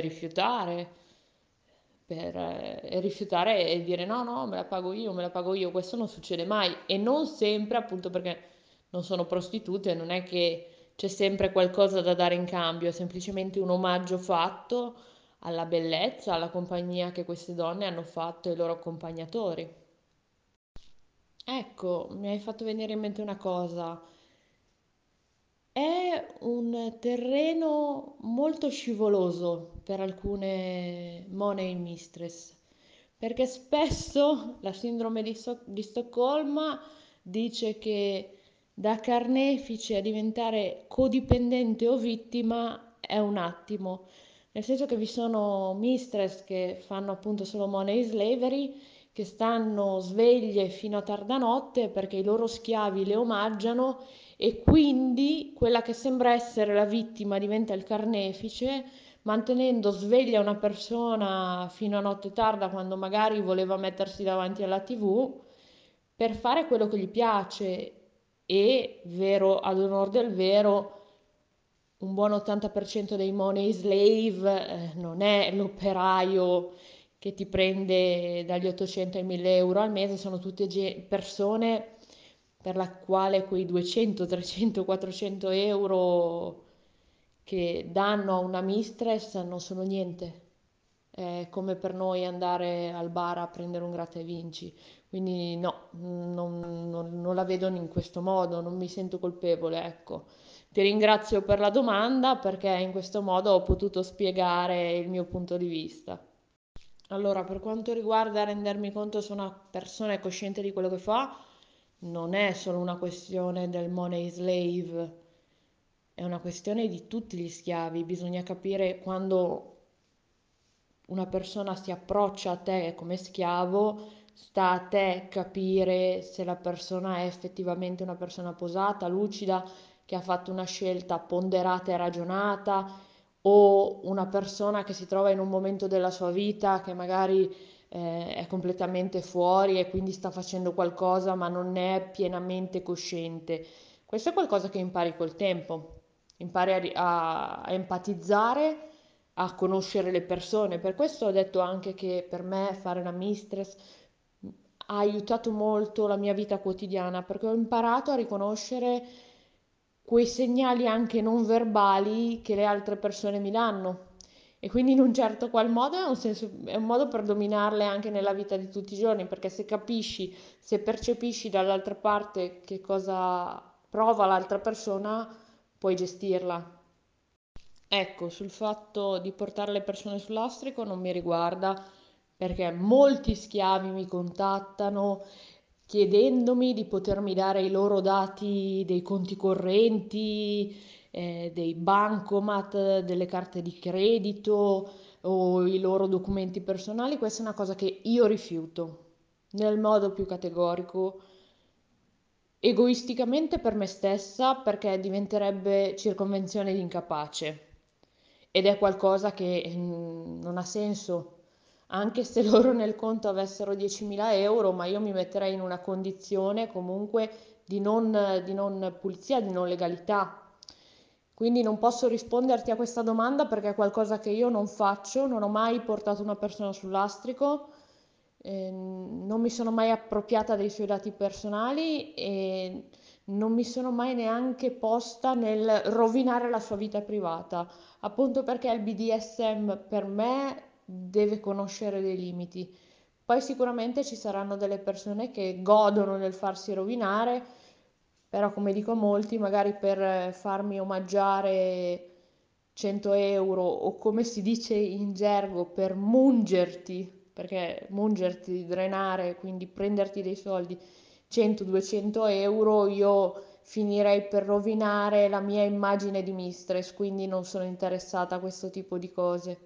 e rifiutare e dire no, no, me la pago io, me la pago io. Questo non succede mai e non sempre, appunto perché non sono prostitute, non è che c'è sempre qualcosa da dare in cambio, è semplicemente un omaggio fatto alla bellezza, alla compagnia che queste donne hanno fatto ai loro accompagnatori. Ecco, mi hai fatto venire in mente una cosa. È un terreno molto scivoloso per alcune money mistress, perché spesso la sindrome di Stoccolma dice che da carnefice a diventare codipendente o vittima è un attimo, nel senso che vi sono mistress che fanno appunto solo money slavery, che stanno sveglie fino a tarda notte perché i loro schiavi le omaggiano e quindi quella che sembra essere la vittima diventa il carnefice, mantenendo sveglia una persona fino a notte tarda quando magari voleva mettersi davanti alla TV per fare quello che gli piace. E, vero, ad onor del vero, un buon 80% dei money slave non è l'operaio che ti prende dagli 800 ai 1000 euro al mese, sono tutte persone per la quale quei 200, 300, 400 euro che danno a una mistress non sono niente. È come per noi andare al bar a prendere un gratta e vinci. Quindi no, non la vedo in questo modo, non mi sento colpevole, ecco. Ti ringrazio per la domanda perché in questo modo ho potuto spiegare il mio punto di vista. Allora, per quanto riguarda rendermi conto se una persona è cosciente di quello che fa, non è solo una questione del money slave, è una questione di tutti gli schiavi. Bisogna capire quando una persona si approccia a te come schiavo, sta a te capire se la persona è effettivamente una persona posata, lucida, che ha fatto una scelta ponderata e ragionata, o una persona che si trova in un momento della sua vita che magari è completamente fuori e quindi sta facendo qualcosa ma non è pienamente cosciente. Questo è qualcosa che impari col tempo, impari a empatizzare, a conoscere le persone. Per questo ho detto anche che per me fare la mistress ha aiutato molto la mia vita quotidiana, perché ho imparato a riconoscere quei segnali anche non verbali che le altre persone mi danno. E quindi in un certo qual modo è un modo per dominarle anche nella vita di tutti i giorni, perché se capisci, se percepisci dall'altra parte che cosa prova l'altra persona, puoi gestirla. Ecco, sul fatto di portare le persone sull'ostrico non mi riguarda perché molti schiavi mi contattano chiedendomi di potermi dare i loro dati dei conti correnti, dei bancomat, delle carte di credito o i loro documenti personali. Questa è una cosa che io rifiuto nel modo più categorico, egoisticamente per me stessa, perché diventerebbe circonvenzione di incapace ed è qualcosa che non ha senso. Anche se loro nel conto avessero 10.000 euro, ma io mi metterei in una condizione comunque di non pulizia, di non legalità. Quindi non posso risponderti a questa domanda perché è qualcosa che io non faccio, non ho mai portato una persona sul lastrico, non mi sono mai appropriata dei suoi dati personali e non mi sono mai neanche posta nel rovinare la sua vita privata, appunto perché il BDSM per me deve conoscere dei limiti. Poi sicuramente ci saranno delle persone che godono nel farsi rovinare, però come dico a molti, magari per farmi omaggiare 100 euro o come si dice in gergo per mungerti, perché mungerti, drenare, quindi prenderti dei soldi, 100-200 euro, io finirei per rovinare la mia immagine di mistress, quindi non sono interessata a questo tipo di cose.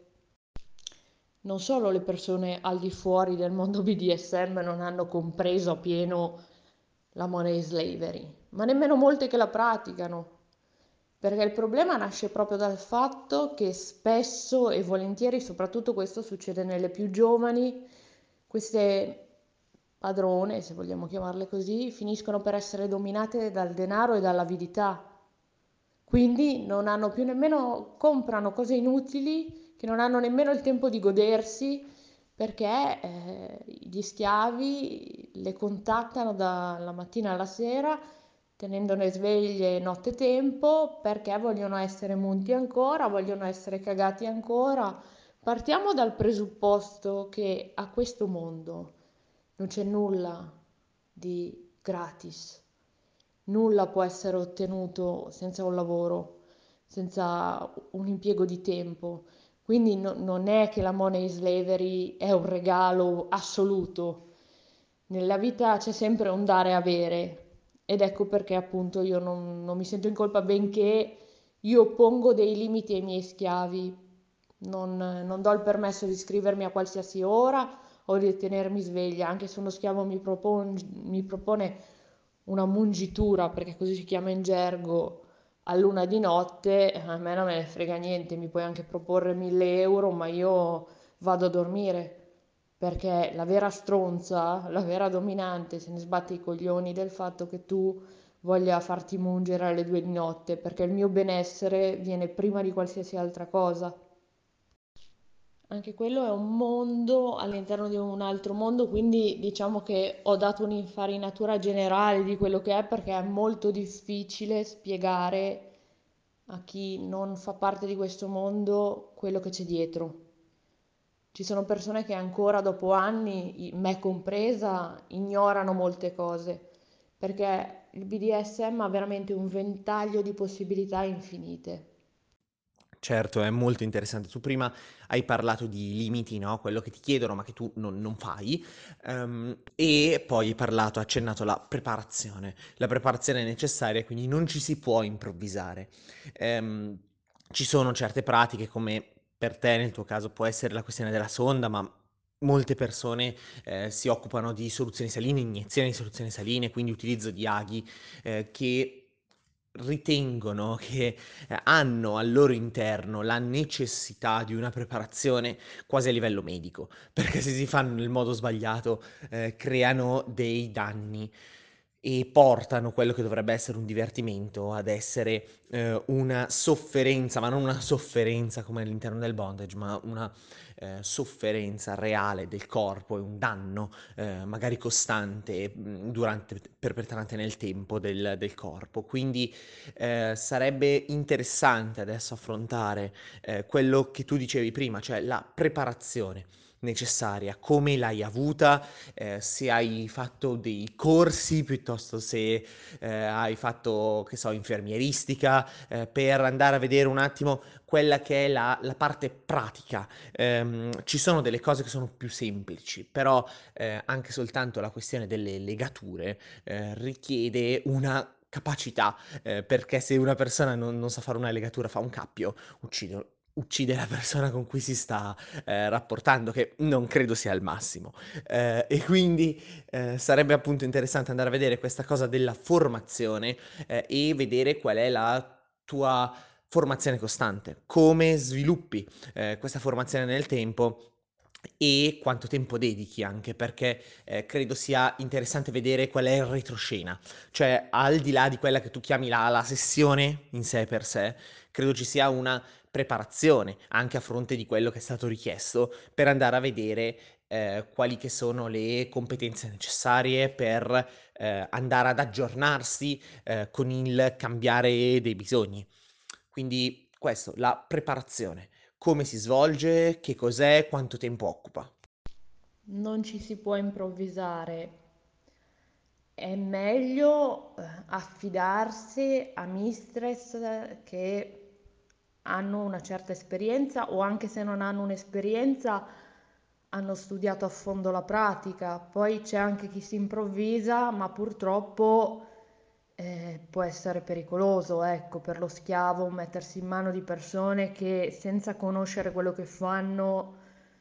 Non solo le persone al di fuori del mondo BDSM non hanno compreso appieno la money slavery, ma nemmeno molte che la praticano, perché il problema nasce proprio dal fatto che spesso e volentieri, soprattutto questo succede nelle più giovani, queste padrone, se vogliamo chiamarle così, finiscono per essere dominate dal denaro e dall'avidità. Quindi non hanno più nemmeno, comprano cose inutili che non hanno nemmeno il tempo di godersi perché gli schiavi le contattano dalla mattina alla sera tenendone sveglie nottetempo perché vogliono essere munti ancora, vogliono essere cagati ancora. Partiamo dal presupposto che a questo mondo non c'è nulla di gratis. Nulla può essere ottenuto senza un lavoro, senza un impiego di tempo. Quindi non è che la money slavery è un regalo assoluto. Nella vita c'è sempre un dare e avere ed ecco perché appunto io non mi sento in colpa benché io pongo dei limiti ai miei schiavi. Non do il permesso di iscrivermi a qualsiasi ora o di tenermi sveglia, anche se uno schiavo mi propone una mungitura, perché così si chiama in gergo, a luna di notte, a me non me ne frega niente, mi puoi anche proporre 1.000 euro, ma io vado a dormire, perché la vera stronza, la vera dominante, se ne sbatte i coglioni del fatto che tu voglia farti mungere alle 2 di notte, perché il mio benessere viene prima di qualsiasi altra cosa. Anche quello è un mondo all'interno di un altro mondo, quindi diciamo che ho dato un'infarinatura generale di quello che è perché è molto difficile spiegare a chi non fa parte di questo mondo quello che c'è dietro. Ci sono persone che ancora dopo anni, me compresa, ignorano molte cose, perché il BDSM ha veramente un ventaglio di possibilità infinite. Certo, è molto interessante. Tu prima hai parlato di limiti, no, quello che ti chiedono ma che tu non fai, e poi hai parlato, accennato alla preparazione. La preparazione è necessaria, quindi non ci si può improvvisare. Ehm, Ci sono certe pratiche come per te, nel tuo caso, può essere la questione della sonda, ma molte persone, si occupano di soluzioni saline, iniezioni di soluzioni saline, quindi utilizzo di aghi, che ritengono che hanno al loro interno la necessità di una preparazione quasi a livello medico, perché se si fanno nel modo sbagliato, creano dei danni e portano quello che dovrebbe essere un divertimento ad essere, una sofferenza, ma non una sofferenza come all'interno del bondage, ma una, sofferenza reale del corpo e un danno, magari costante, durante perpetrante nel tempo del corpo. Quindi, sarebbe interessante adesso affrontare, quello che tu dicevi prima, cioè la preparazione. necessaria, come l'hai avuta, se hai fatto dei corsi piuttosto se, hai fatto, che so, infermieristica, per andare a vedere un attimo quella che è la parte pratica. Ci sono delle cose che sono più semplici, però, anche soltanto la questione delle legature, richiede una capacità, perché se una persona non sa fare una legatura, fa un cappio, uccide la persona con cui si sta, rapportando, che non credo sia il massimo. E quindi, sarebbe appunto interessante andare a vedere questa cosa della formazione, e vedere qual è la tua formazione costante, come sviluppi, questa formazione nel tempo e quanto tempo dedichi anche, perché, credo sia interessante vedere qual è il retroscena. Cioè, al di là di quella che tu chiami la sessione in sé per sé, credo ci sia una preparazione, anche a fronte di quello che è stato richiesto, per andare a vedere, quali che sono le competenze necessarie per, andare ad aggiornarsi, con il cambiare dei bisogni. Quindi questo, la preparazione. Come si svolge, che cos'è, quanto tempo occupa. Non ci si può improvvisare. È meglio affidarsi a mistress che hanno una certa esperienza o anche se non hanno un'esperienza, hanno studiato a fondo la pratica. Poi c'è anche chi si improvvisa, ma purtroppo può essere pericoloso, ecco, per lo schiavo mettersi in mano di persone che senza conoscere quello che fanno,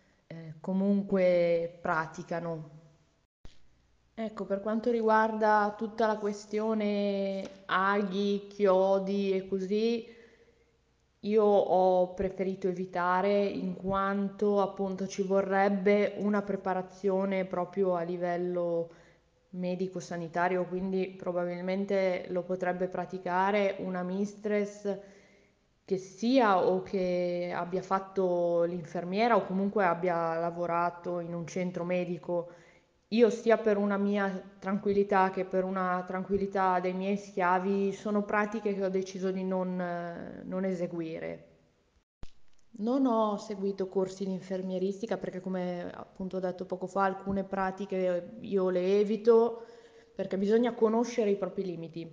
comunque praticano. Ecco, per quanto riguarda tutta la questione aghi, chiodi e così, io ho preferito evitare in quanto appunto ci vorrebbe una preparazione proprio a livello medico-sanitario, quindi probabilmente lo potrebbe praticare una mistress che sia o che abbia fatto l'infermiera o comunque abbia lavorato in un centro medico. Io sia per una mia tranquillità che per una tranquillità dei miei schiavi sono pratiche che ho deciso di non eseguire. Non ho seguito corsi di infermieristica perché, come appunto ho detto poco fa, alcune pratiche io le evito perché bisogna conoscere i propri limiti.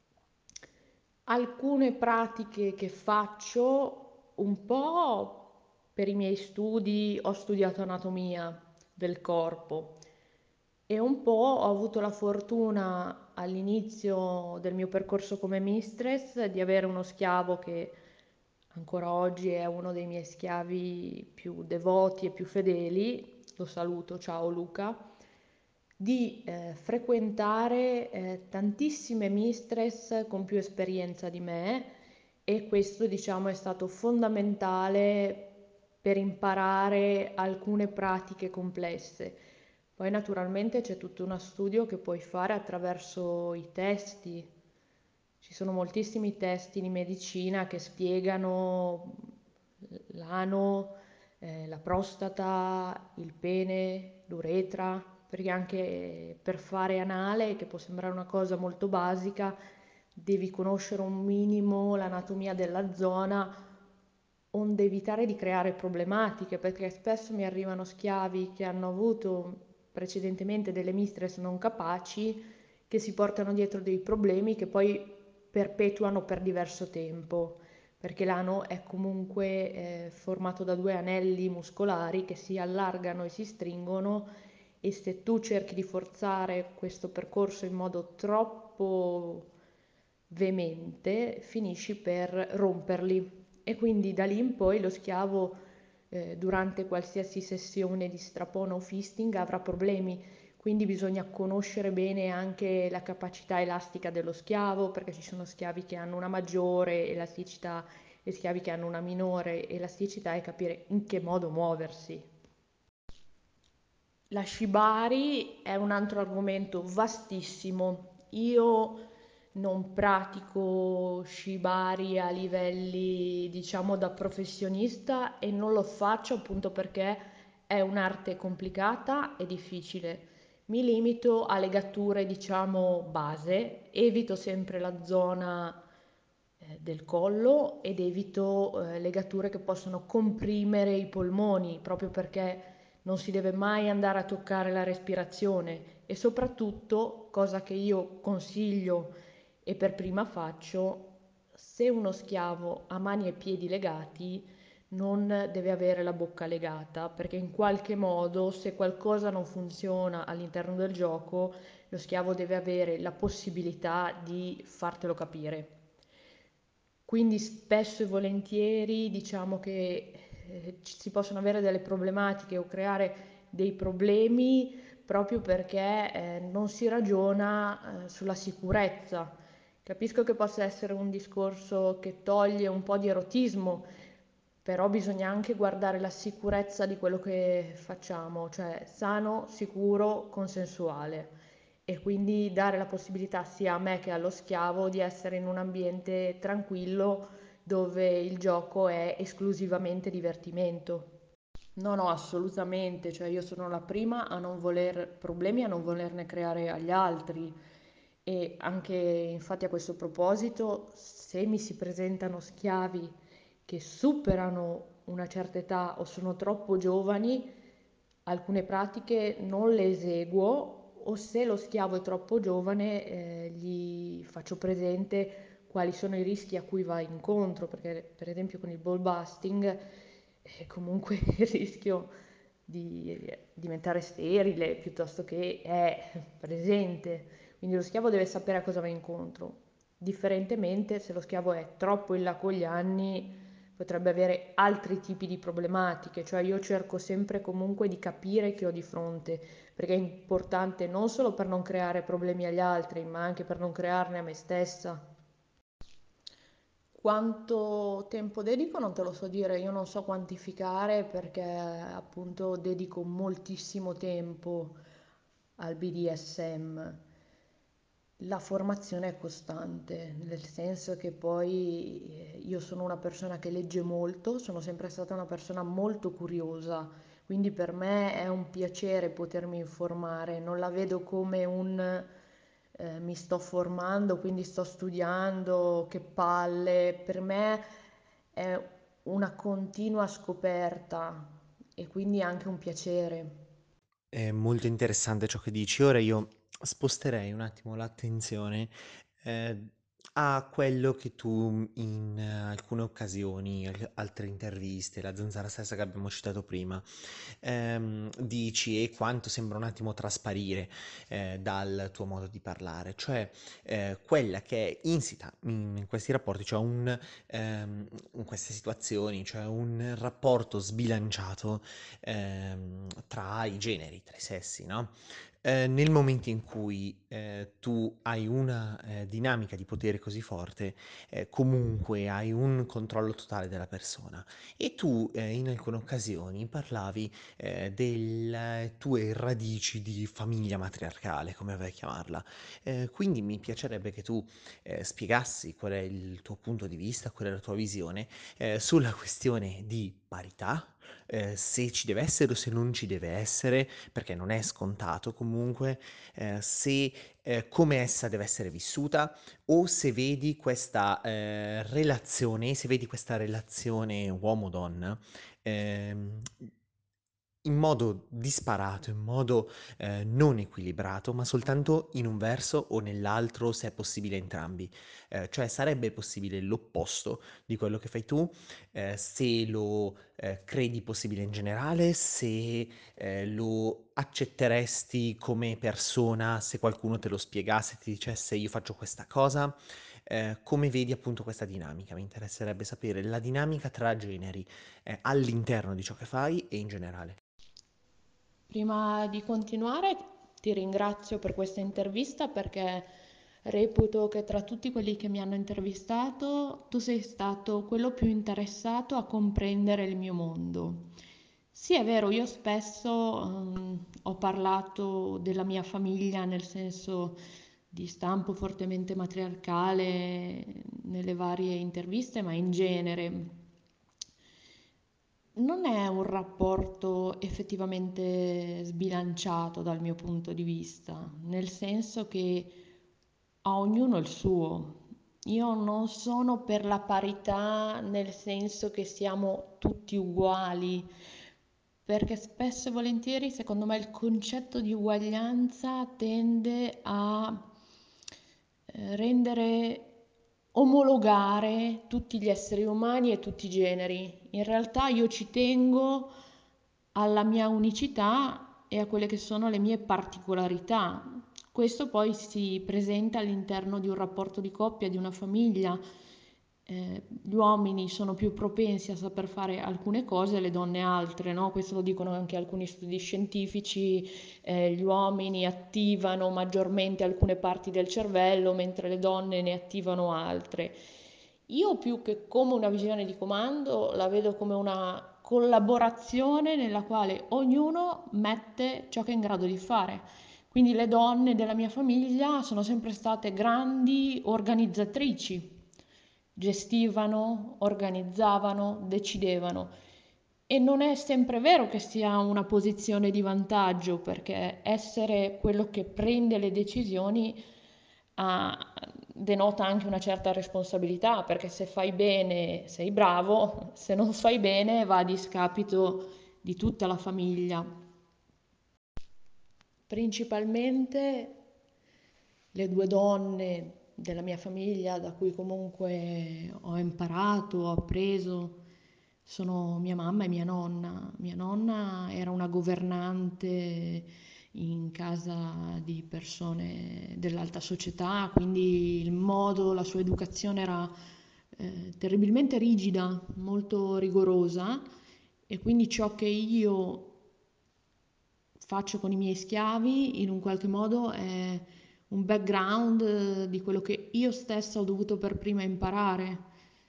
Alcune pratiche che faccio un po' per i miei studi, ho studiato anatomia del corpo e un po' ho avuto la fortuna all'inizio del mio percorso come mistress di avere uno schiavo che ancora oggi è uno dei miei schiavi più devoti e più fedeli, lo saluto, ciao Luca, di frequentare tantissime mistress con più esperienza di me e questo diciamo è stato fondamentale per imparare alcune pratiche complesse. Poi naturalmente c'è tutto uno studio che puoi fare attraverso i testi. Ci sono moltissimi testi di medicina che spiegano l'ano, la prostata, il pene, l'uretra, perché anche per fare anale, che può sembrare una cosa molto basica, devi conoscere un minimo l'anatomia della zona, onde evitare di creare problematiche, perché spesso mi arrivano schiavi che hanno avuto precedentemente delle mistress non capaci, che si portano dietro dei problemi che poi perpetuano per diverso tempo, perché l'ano è comunque formato da due anelli muscolari che si allargano e si stringono e se tu cerchi di forzare questo percorso in modo troppo veemente, finisci per romperli. E quindi da lì in poi lo schiavo durante qualsiasi sessione di strapone o fisting avrà problemi, quindi bisogna conoscere bene anche la capacità elastica dello schiavo, perché ci sono schiavi che hanno una maggiore elasticità e schiavi che hanno una minore elasticità e capire in che modo muoversi. La shibari è un altro argomento vastissimo. Io non pratico shibari a livelli, diciamo, da professionista e non lo faccio appunto perché è un'arte complicata e difficile. Mi limito a legature, diciamo, base, evito sempre la zona del collo ed evito legature che possono comprimere i polmoni, proprio perché non si deve mai andare a toccare la respirazione e soprattutto, cosa che io consiglio e per prima faccio, se uno schiavo ha mani e piedi legati, non deve avere la bocca legata, perché in qualche modo, se qualcosa non funziona all'interno del gioco, lo schiavo deve avere la possibilità di fartelo capire. Quindi spesso e volentieri diciamo che si possono avere delle problematiche o creare dei problemi proprio perché non si ragiona sulla sicurezza. Capisco che possa essere un discorso che toglie un po' di erotismo, però bisogna anche guardare la sicurezza di quello che facciamo, cioè sano, sicuro, consensuale e quindi dare la possibilità sia a me che allo schiavo di essere in un ambiente tranquillo dove il gioco è esclusivamente divertimento. No, no, assolutamente, cioè io sono la prima a non voler problemi, a non volerne creare agli altri e anche infatti a questo proposito, se mi si presentano schiavi che superano una certa età o sono troppo giovani, alcune pratiche non le eseguo o se lo schiavo è troppo giovane, gli faccio presente quali sono i rischi a cui va incontro, perché per esempio con il ball busting comunque il rischio di diventare sterile piuttosto che è presente, quindi lo schiavo deve sapere a cosa va incontro. Differentemente, se lo schiavo è troppo in là con gli anni, potrebbe avere altri tipi di problematiche, cioè io cerco sempre comunque di capire che ho di fronte, perché è importante non solo per non creare problemi agli altri, ma anche per non crearne a me stessa. Quanto tempo dedico non te lo so dire, io non so quantificare perché appunto dedico moltissimo tempo al BDSM. La formazione è costante, nel senso che poi io sono una persona che legge molto, sono sempre stata una persona molto curiosa, quindi per me è un piacere potermi informare, non la vedo come un mi sto formando, quindi sto studiando, che palle, per me è una continua scoperta e quindi anche un piacere. È molto interessante ciò che dici. Ora io sposterei un attimo l'attenzione eh, a quello che tu in alcune occasioni, altre interviste, la zanzara stessa che abbiamo citato prima, dici e quanto sembra un attimo trasparire dal tuo modo di parlare, cioè quella che è insita in questi rapporti, cioè in queste situazioni, cioè un rapporto sbilanciato tra i generi, tra i sessi, no? Nel momento in cui tu hai una dinamica di potere così forte, comunque hai un controllo totale della persona e tu in alcune occasioni parlavi delle tue radici di famiglia matriarcale, come vai a chiamarla. Quindi mi piacerebbe che tu spiegassi qual è il tuo punto di vista, qual è la tua visione sulla questione di parità, se ci deve essere o se non ci deve essere, perché non è scontato comunque, se come essa deve essere vissuta o se vedi questa relazione, se vedi questa relazione uomo-donna ehm, in modo disparato, in modo non equilibrato, ma soltanto in un verso o nell'altro, se è possibile entrambi. Cioè sarebbe possibile l'opposto di quello che fai tu, se lo credi possibile in generale, se lo accetteresti come persona se qualcuno te lo spiegasse, ti dicesse io faccio questa cosa. Come vedi appunto questa dinamica? Mi interesserebbe sapere la dinamica tra generi all'interno di ciò che fai e in generale. Prima di continuare, ti ringrazio per questa intervista perché reputo che tra tutti quelli che mi hanno intervistato, tu sei stato quello più interessato a comprendere il mio mondo. Sì, è vero, io spesso ho parlato della mia famiglia nel senso di stampo fortemente matriarcale nelle varie interviste, ma in genere non è un rapporto effettivamente sbilanciato dal mio punto di vista, nel senso che a ognuno il suo. Io non sono per la parità nel senso che siamo tutti uguali, Perché spesso e volentieri, secondo me, il concetto di uguaglianza tende a rendere, omologare tutti gli esseri umani e tutti i generi. In realtà io ci tengo alla mia unicità e a quelle che sono le mie particolarità. Questo poi si presenta all'interno di un rapporto di coppia, di una famiglia. Gli uomini sono più propensi a saper fare alcune cose, le donne altre, no? Questo lo dicono anche alcuni studi scientifici. Gli uomini attivano maggiormente alcune parti del cervello, mentre le donne ne attivano altre. Io più che come una visione di comando la vedo come una collaborazione nella quale ognuno mette ciò che è in grado di fare. Quindi le donne della mia famiglia sono sempre state grandi organizzatrici, gestivano, organizzavano, decidevano. E non è sempre vero che sia una posizione di vantaggio, perché essere quello che prende le decisioni denota anche una certa responsabilità, perché se fai bene sei bravo, se non fai bene va a discapito di tutta la famiglia. Principalmente le due donne della mia famiglia da cui comunque ho imparato, ho appreso, sono mia mamma e mia nonna. Mia nonna era una governante in casa di persone dell'alta società, quindi il modo, la sua educazione era terribilmente rigida, molto rigorosa, e quindi ciò che io faccio con i miei schiavi in un qualche modo è un background di quello che io stessa ho dovuto per prima imparare.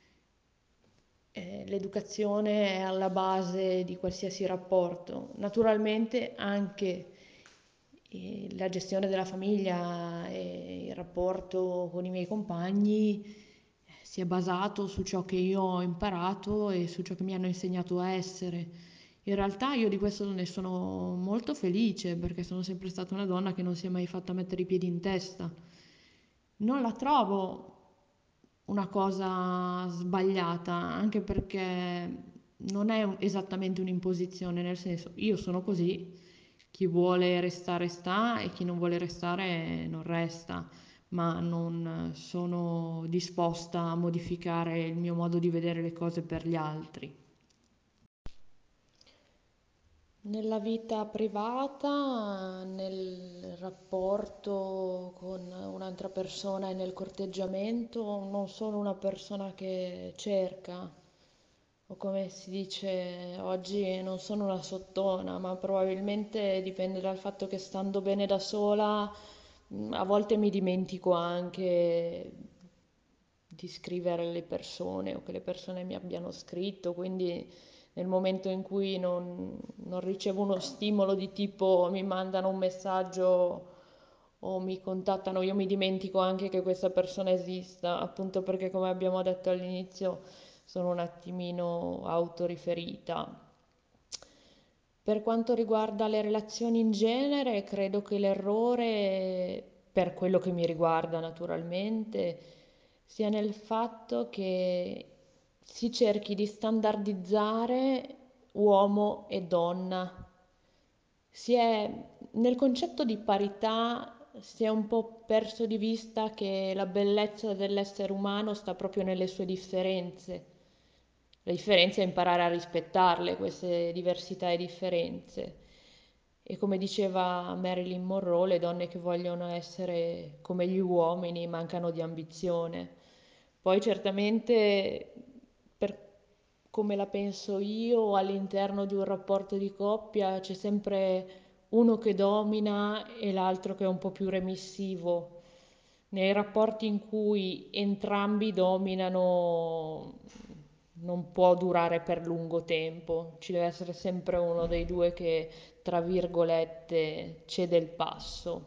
L'educazione è alla base di qualsiasi rapporto. Naturalmente anche la gestione della famiglia e il rapporto con i miei compagni si è basato su ciò che io ho imparato e su ciò che mi hanno insegnato a essere. In realtà io di questo ne sono molto felice perché sono sempre stata una donna che non si è mai fatta mettere i piedi in testa. Non la trovo una cosa sbagliata, anche perché non è esattamente un'imposizione, nel senso io sono così, chi vuole restare sta e chi non vuole restare non resta, ma non sono disposta a modificare il mio modo di vedere le cose per gli altri. Nella vita privata, nel rapporto con un'altra persona e nel corteggiamento, non sono una persona che cerca, o come si dice oggi, non sono una sottona, ma probabilmente dipende dal fatto che stando bene da sola, a volte mi dimentico anche di scrivere alle persone o che le persone mi abbiano scritto, quindi nel momento in cui non ricevo uno stimolo di tipo mi mandano un messaggio o mi contattano, io mi dimentico anche che questa persona esista, appunto perché come abbiamo detto all'inizio sono un attimino autoriferita. Per quanto riguarda le relazioni in genere, credo che l'errore, per quello che mi riguarda naturalmente, sia nel fatto che si cerchi di standardizzare uomo e donna. Nel concetto di parità si è un po' perso di vista che la bellezza dell'essere umano sta proprio nelle sue differenze. La differenza è imparare a rispettarle, queste diversità e differenze. E come diceva Marilyn Monroe, le donne che vogliono essere come gli uomini mancano di ambizione. Poi certamente, per come la penso io, all'interno di un rapporto di coppia c'è sempre uno che domina e l'altro che è un po' più remissivo. Nei rapporti in cui entrambi dominano non può durare per lungo tempo, ci deve essere sempre uno dei due che, tra virgolette, cede il passo.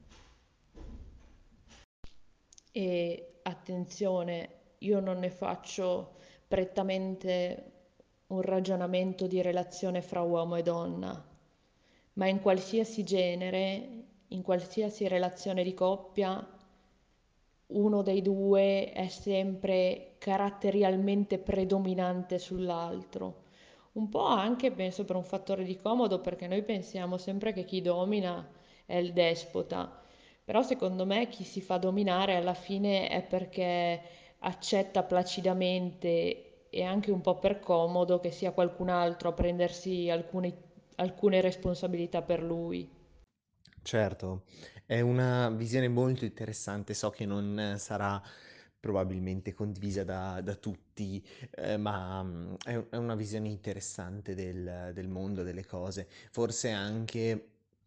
E attenzione, io non ne faccio prettamente un ragionamento di relazione fra uomo e donna, ma in qualsiasi genere, in qualsiasi relazione di coppia, uno dei due è sempre caratterialmente predominante sull'altro. Un po' anche penso per un fattore di comodo, perché noi pensiamo sempre che chi domina è il despota, però secondo me chi si fa dominare alla fine è perché accetta placidamente e anche un po' per comodo che sia qualcun altro a prendersi alcune responsabilità per lui. Certo, è una visione molto interessante, so che non sarà probabilmente condivisa da tutti, ma è una visione interessante del mondo, delle cose, forse anche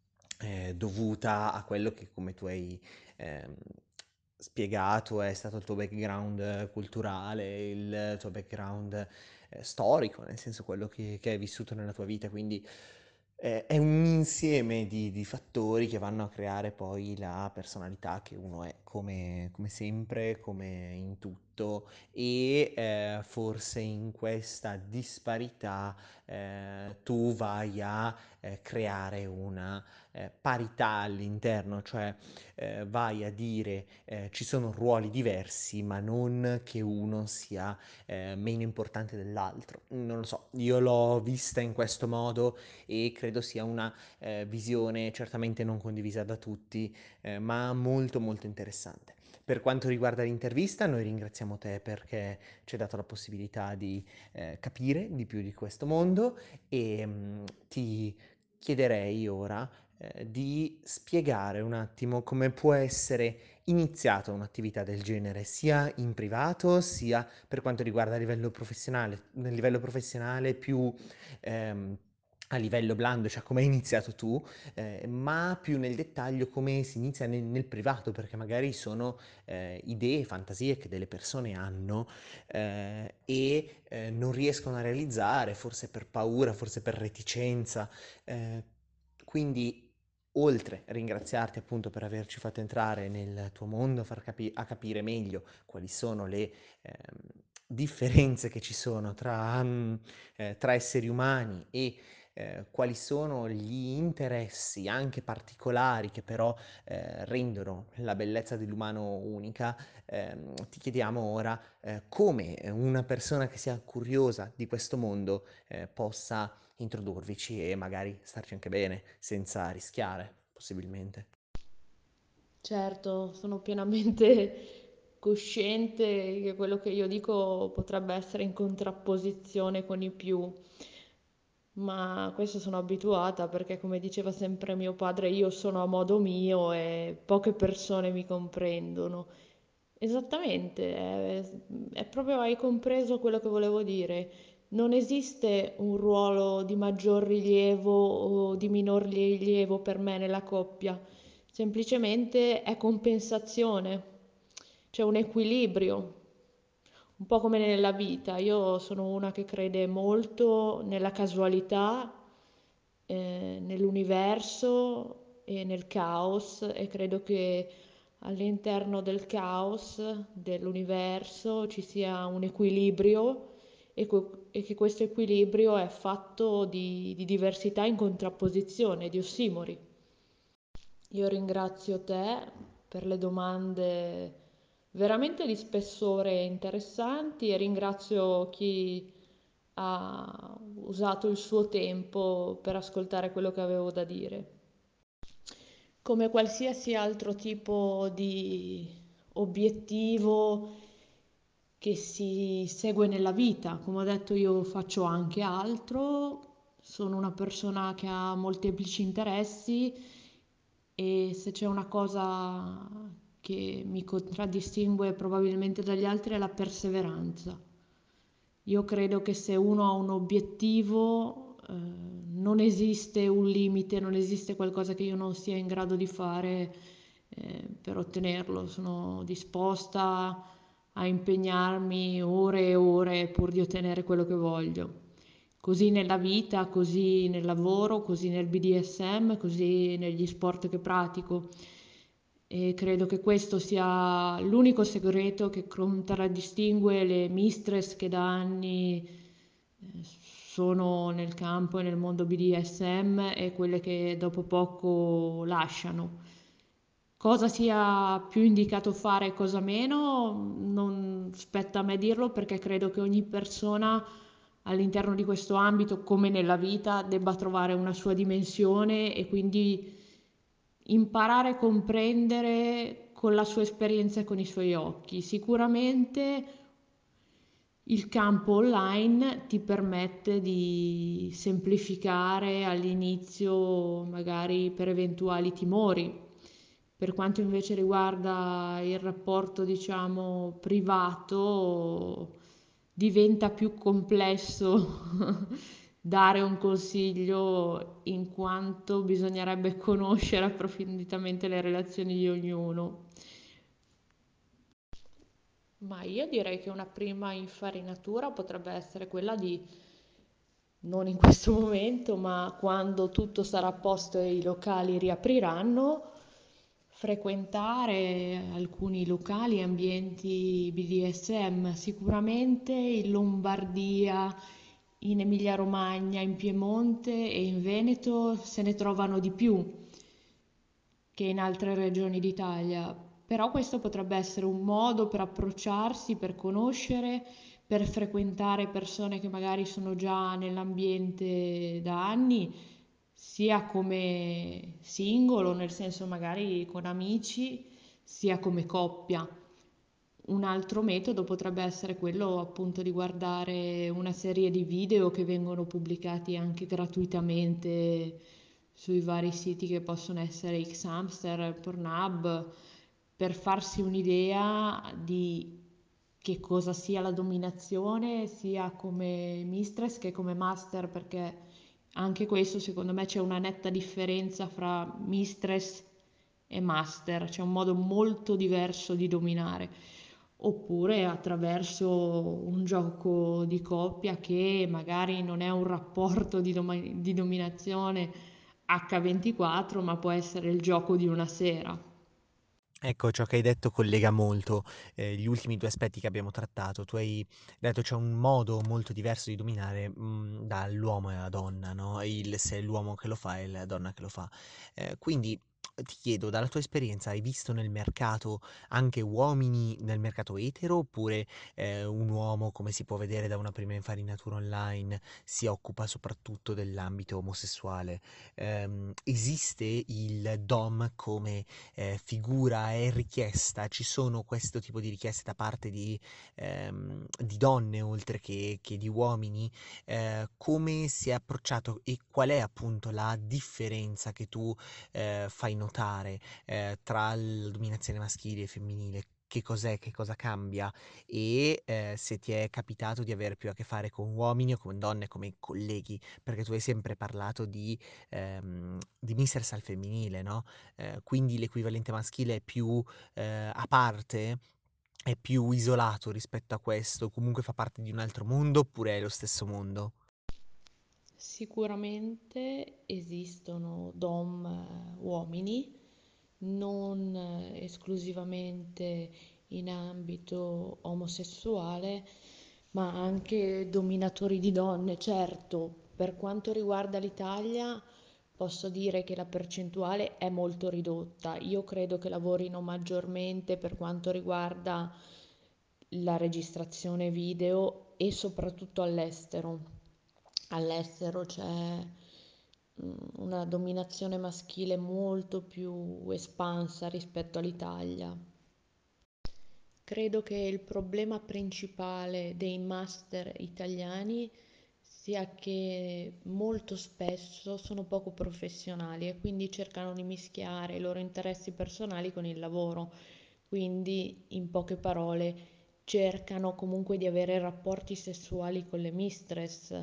dovuta a quello che, come tu hai ehm, spiegato, è stato il tuo background culturale, il tuo background storico, nel senso quello che hai vissuto nella tua vita, quindi è un insieme di fattori che vanno a creare poi la personalità che uno è, come sempre, come in tutto, e forse in questa disparità tu vai a creare una parità all'interno, cioè vai a dire ci sono ruoli diversi, ma non che uno sia meno importante dell'altro. Non lo so, io l'ho vista in questo modo e credo sia una visione certamente non condivisa da tutti, ma molto molto interessante. Per quanto riguarda l'intervista, noi ringraziamo te perché ci hai dato la possibilità di capire di più di questo mondo e ti chiederei ora di spiegare un attimo come può essere iniziata un'attività del genere, sia in privato, sia per quanto riguarda il livello professionale, nel livello professionale più ehm, a livello blando, cioè come hai iniziato tu, ma più nel dettaglio come si inizia nel privato, perché magari sono idee, fantasie che delle persone hanno e non riescono a realizzare, forse per paura, forse per reticenza. eh, quindi, oltre a ringraziarti appunto per averci fatto entrare nel tuo mondo, a capire meglio quali sono le differenze che ci sono tra esseri umani e quali sono gli interessi anche particolari che però rendono la bellezza dell'umano unica, ti chiediamo ora come una persona che sia curiosa di questo mondo possa introdurvici e magari starci anche bene, senza rischiare, possibilmente. Certo, sono pienamente cosciente che quello che io dico potrebbe essere in contrapposizione con i più, ma a questo sono abituata perché, come diceva sempre mio padre, io sono a modo mio e poche persone mi comprendono. Esattamente, è proprio, hai compreso quello che volevo dire. Non esiste un ruolo di maggior rilievo o di minor rilievo per me nella coppia, semplicemente è compensazione, c'è un equilibrio, un po' come nella vita. Io sono una che crede molto nella casualità, nell'universo e nel caos, e credo che all'interno del caos dell'universo ci sia un equilibrio e che questo equilibrio è fatto di diversità in contrapposizione, di ossimori. Io ringrazio te per le domande veramente di spessore e interessanti, e ringrazio chi ha usato il suo tempo per ascoltare quello che avevo da dire. Come qualsiasi altro tipo di obiettivo che si segue nella vita, come ho detto, io faccio anche altro, sono una persona che ha molteplici interessi, e se c'è una cosa che mi contraddistingue probabilmente dagli altri è la perseveranza. Io credo che se uno ha un obiettivo, non esiste un limite, non esiste qualcosa che io non sia in grado di fare, per ottenerlo. Sono disposta a impegnarmi ore e ore pur di ottenere quello che voglio. Così nella vita, così nel lavoro, così nel BDSM, così negli sport che pratico. E credo che questo sia l'unico segreto che contraddistingue le mistress che da anni sono nel campo e nel mondo BDSM e quelle che dopo poco lasciano. Cosa sia più indicato fare e cosa meno, non spetta a me dirlo, perché credo che ogni persona all'interno di questo ambito, come nella vita, debba trovare una sua dimensione e quindi imparare a comprendere con la sua esperienza e con i suoi occhi. Sicuramente il campo online ti permette di semplificare all'inizio, magari per eventuali timori. Per quanto invece riguarda il rapporto, diciamo, privato, diventa più complesso dare un consiglio in quanto bisognerebbe conoscere approfonditamente le relazioni di ognuno. Ma io direi che una prima infarinatura potrebbe essere quella di, non in questo momento, ma quando tutto sarà a posto e i locali riapriranno, frequentare alcuni locali e ambienti BDSM, sicuramente in Lombardia, in Emilia-Romagna, in Piemonte e in Veneto se ne trovano di più che in altre regioni d'Italia, però questo potrebbe essere un modo per approcciarsi, per conoscere, per frequentare persone che magari sono già nell'ambiente da anni, sia come singolo, nel senso magari con amici, sia come coppia. Un altro metodo potrebbe essere quello appunto di guardare una serie di video che vengono pubblicati anche gratuitamente sui vari siti che possono essere Xhamster, Pornhub, per farsi un'idea di che cosa sia la dominazione, sia come mistress che come master, perché anche questo secondo me c'è una netta differenza fra mistress e master, c'è un modo molto diverso di dominare, oppure attraverso un gioco di coppia che magari non è un rapporto di dominazione H24, ma può essere il gioco di una sera. Ecco, ciò che hai detto collega molto, gli ultimi 2 aspetti che abbiamo trattato. Tu hai detto c'è un modo molto diverso di dominare, dall'uomo alla donna, no, il se è l'uomo che lo fa e la donna che lo fa. Quindi ti chiedo, dalla tua esperienza, hai visto nel mercato anche uomini nel mercato etero, oppure, un uomo, come si può vedere da una prima infarinatura online, si occupa soprattutto dell'ambito omosessuale? Esiste il dom come figura è richiesta, ci sono questo tipo di richieste da parte di donne oltre che di uomini, come si è approcciato e qual è appunto la differenza che tu fai notare tra la dominazione maschile e femminile? Che cos'è, che cosa cambia e se ti è capitato di avere più a che fare con uomini o con donne come colleghi, perché tu hai sempre parlato di mistress al femminile, no? Quindi l'equivalente maschile è più a parte, è più isolato rispetto a questo, comunque fa parte di un altro mondo oppure è lo stesso mondo? Sicuramente esistono dom uomini, non esclusivamente in ambito omosessuale, ma anche dominatori di donne. Certo, per quanto riguarda l'Italia, posso dire che la percentuale è molto ridotta. Io credo che lavorino maggiormente per quanto riguarda la registrazione video e soprattutto all'estero. All'estero c'è una dominazione maschile molto più espansa rispetto all'Italia. Credo che il problema principale dei master italiani sia che molto spesso sono poco professionali e quindi cercano di mischiare i loro interessi personali con il lavoro. Quindi, in poche parole, cercano comunque di avere rapporti sessuali con le mistress,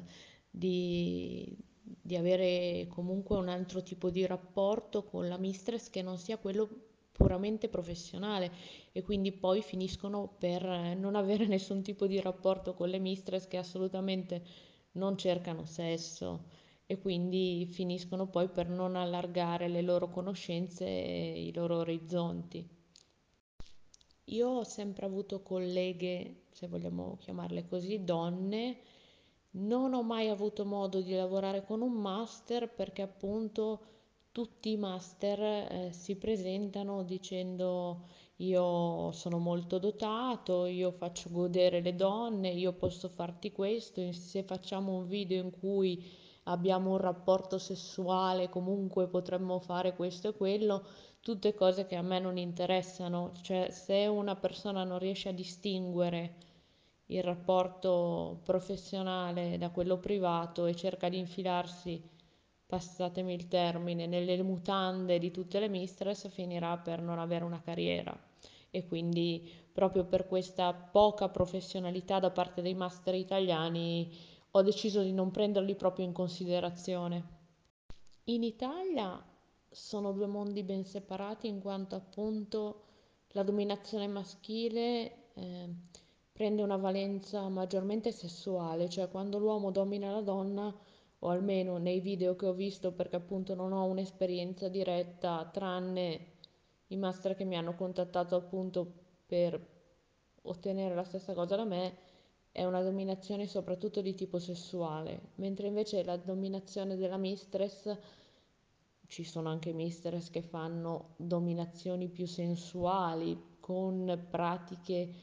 di avere comunque un altro tipo di rapporto con la mistress che non sia quello puramente professionale e quindi poi finiscono per non avere nessun tipo di rapporto con le mistress che assolutamente non cercano sesso e quindi finiscono poi per non allargare le loro conoscenze e i loro orizzonti. Io ho sempre avuto colleghe, se vogliamo chiamarle così, donne. Non ho mai avuto modo di lavorare con un master perché appunto tutti i master si presentano dicendo io sono molto dotato, io faccio godere le donne, io posso farti questo, e se facciamo un video in cui abbiamo un rapporto sessuale, comunque potremmo fare questo e quello, tutte cose che a me non interessano, cioè se una persona non riesce a distinguere il rapporto professionale da quello privato e cerca di infilarsi, passatemi il termine, nelle mutande di tutte le mistress, finirà per non avere una carriera. E quindi proprio per questa poca professionalità da parte dei master italiani ho deciso di non prenderli proprio in considerazione. In Italia sono due mondi ben separati in quanto appunto la dominazione maschile prende una valenza maggiormente sessuale, cioè quando l'uomo domina la donna, o almeno nei video che ho visto, perché appunto non ho un'esperienza diretta, tranne i master che mi hanno contattato appunto per ottenere la stessa cosa da me, è una dominazione soprattutto di tipo sessuale, mentre invece la dominazione della mistress, ci sono anche mistress che fanno dominazioni più sensuali, con pratiche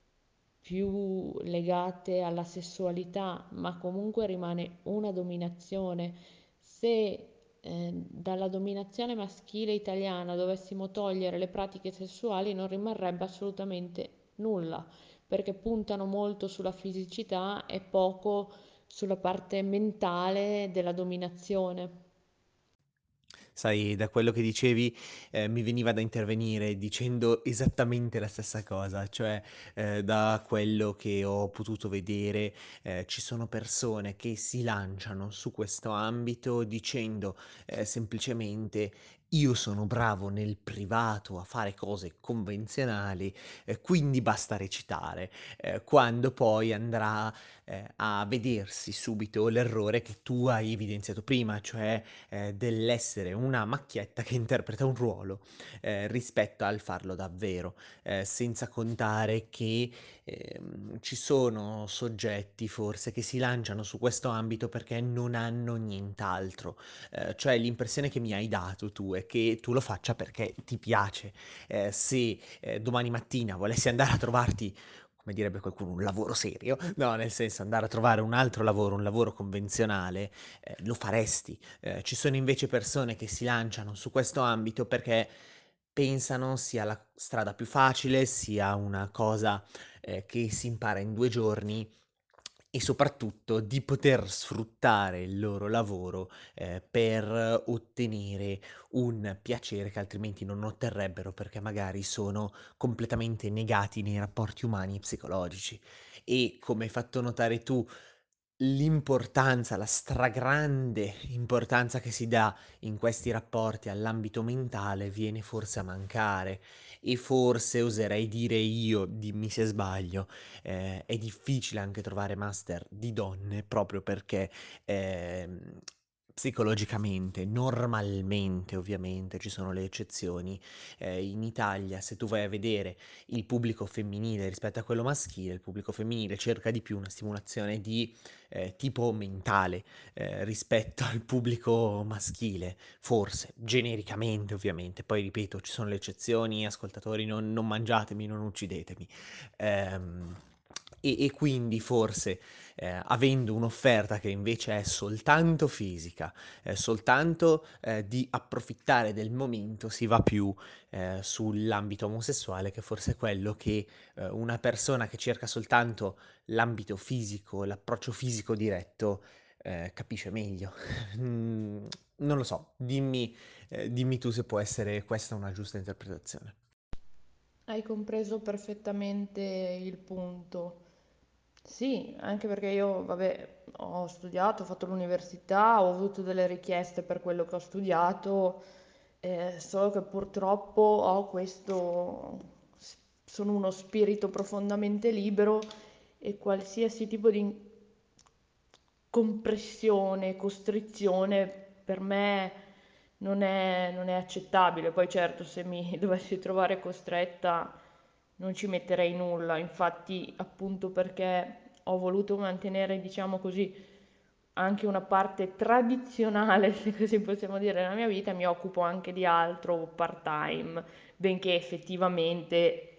più legate alla sessualità, ma comunque rimane una dominazione. Se dalla dominazione maschile italiana dovessimo togliere le pratiche sessuali, non rimarrebbe assolutamente nulla, perché puntano molto sulla fisicità e poco sulla parte mentale della dominazione. Sai, da quello che dicevi, mi veniva da intervenire dicendo esattamente la stessa cosa, cioè, da quello che ho potuto vedere, ci sono persone che si lanciano su questo ambito dicendo, semplicemente: "Io sono bravo nel privato a fare cose convenzionali, quindi basta recitare", quando poi andrà, a vedersi subito l'errore che tu hai evidenziato prima, cioè dell'essere una macchietta che interpreta un ruolo, rispetto al farlo davvero. Senza contare che, ci sono soggetti forse che si lanciano su questo ambito perché non hanno nient'altro. Cioè l'impressione che mi hai dato tu è che tu lo faccia perché ti piace. Se, domani mattina volessi andare a trovarti, come direbbe qualcuno, un lavoro serio, no, nel senso andare a trovare un altro lavoro, un lavoro convenzionale, lo faresti. Ci sono invece persone che si lanciano su questo ambito perché pensano sia la strada più facile, sia una cosa, che si impara in 2 giorni e soprattutto di poter sfruttare il loro lavoro, per ottenere un piacere che altrimenti non otterrebbero perché magari sono completamente negati nei rapporti umani e psicologici. E come hai fatto notare tu, l'importanza, la stragrande importanza che si dà in questi rapporti all'ambito mentale viene forse a mancare e forse oserei dire io, dimmi se sbaglio, è difficile anche trovare master di donne proprio perché, psicologicamente, normalmente ovviamente, ci sono le eccezioni, in Italia se tu vai a vedere il pubblico femminile rispetto a quello maschile, il pubblico femminile cerca di più una stimolazione di tipo mentale, rispetto al pubblico maschile, forse, genericamente ovviamente, poi ripeto ci sono le eccezioni, ascoltatori non mangiatemi, non uccidetemi. E quindi forse, avendo un'offerta che invece è soltanto fisica, soltanto, di approfittare del momento, si va più, sull'ambito omosessuale che forse è quello che, una persona che cerca soltanto l'ambito fisico, l'approccio fisico diretto, capisce meglio. Non lo so, dimmi tu se può essere questa una giusta interpretazione. Hai compreso perfettamente il punto. Sì, anche perché io, vabbè, ho studiato, ho fatto l'università, ho avuto delle richieste per quello che ho studiato, solo che purtroppo ho sono uno spirito profondamente libero e qualsiasi tipo di compressione, costrizione per me non è accettabile. Poi certo, se mi dovessi trovare costretta non ci metterei nulla. Infatti, appunto perché ho voluto mantenere, diciamo così, anche una parte tradizionale, se così possiamo dire, nella mia vita, mi occupo anche di altro part-time, benché effettivamente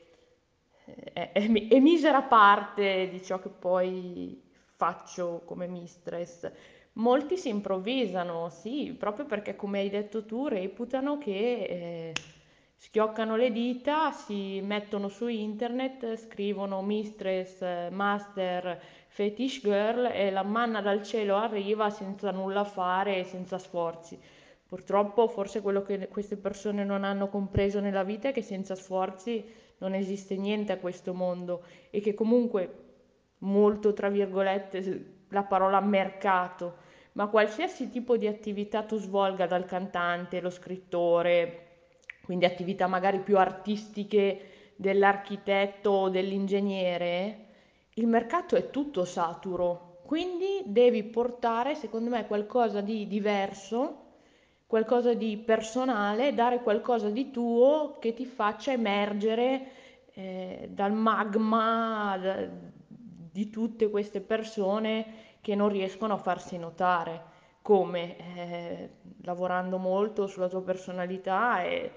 è misera parte di ciò che poi faccio come mistress. Molti si improvvisano, sì, proprio perché, come hai detto tu, reputano che schioccano le dita, si mettono su internet, scrivono mistress, master, fetish girl e la manna dal cielo arriva senza nulla fare e senza sforzi. Purtroppo, forse quello che queste persone non hanno compreso nella vita è che senza sforzi non esiste niente a questo mondo e che comunque molto, tra virgolette, la parola mercato, ma qualsiasi tipo di attività tu svolga, dal cantante, lo scrittore, quindi attività magari più artistiche dell'architetto o dell'ingegnere, il mercato è tutto saturo, quindi devi portare, secondo me, qualcosa di diverso, qualcosa di personale, dare qualcosa di tuo che ti faccia emergere dal magma di tutte queste persone che non riescono a farsi notare. Come? Lavorando molto sulla tua personalità e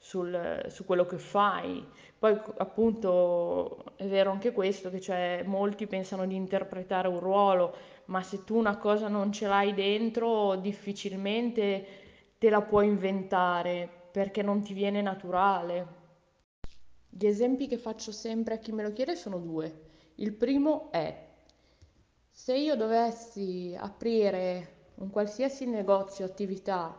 su quello che fai. Poi appunto è vero anche questo, che cioè, molti pensano di interpretare un ruolo, ma se tu una cosa non ce l'hai dentro, difficilmente te la puoi inventare perché non ti viene naturale. Gli esempi che faccio sempre a chi me lo chiede sono due. Il primo è: se io dovessi aprire un qualsiasi negozio, attività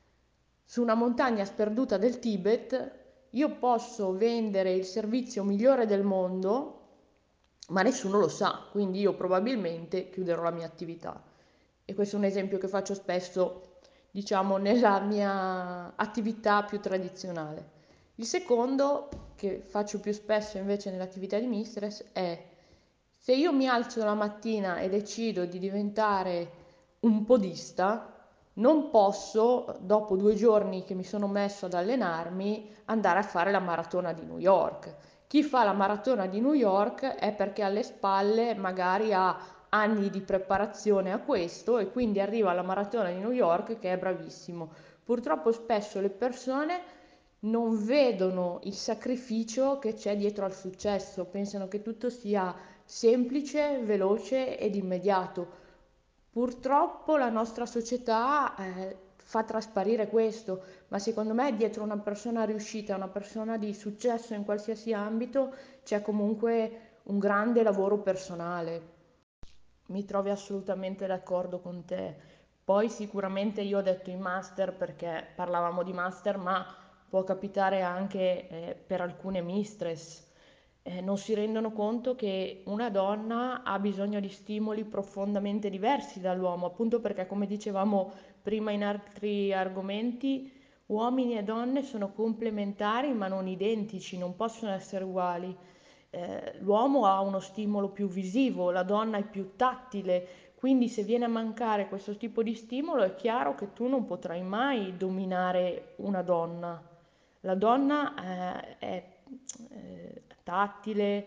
su una montagna sperduta del Tibet, io posso vendere il servizio migliore del mondo, ma nessuno lo sa, quindi io probabilmente chiuderò la mia attività. E questo è un esempio che faccio spesso, diciamo, nella mia attività più tradizionale. Il secondo, che faccio più spesso invece nell'attività di mistress, è: se io mi alzo la mattina e decido di diventare un podista, non posso, dopo 2 giorni che mi sono messo ad allenarmi, andare a fare la maratona di New York. Chi fa la maratona di New York è perché alle spalle magari ha anni di preparazione a questo e quindi arriva alla maratona di New York che è bravissimo. Purtroppo spesso le persone non vedono il sacrificio che c'è dietro al successo, pensano che tutto sia semplice, veloce ed immediato. Purtroppo la nostra società fa trasparire questo, ma secondo me dietro una persona riuscita, una persona di successo in qualsiasi ambito, c'è comunque un grande lavoro personale. Mi trovi assolutamente d'accordo con te. Poi sicuramente io ho detto i master perché parlavamo di master, ma può capitare anche per alcune mistress. Non si rendono conto che una donna ha bisogno di stimoli profondamente diversi dall'uomo, appunto perché, come dicevamo prima in altri argomenti, uomini e donne sono complementari ma non identici, non possono essere uguali. L'uomo ha uno stimolo più visivo, la donna è più tattile, quindi se viene a mancare questo tipo di stimolo è chiaro che tu non potrai mai dominare una donna. La donna è tattile,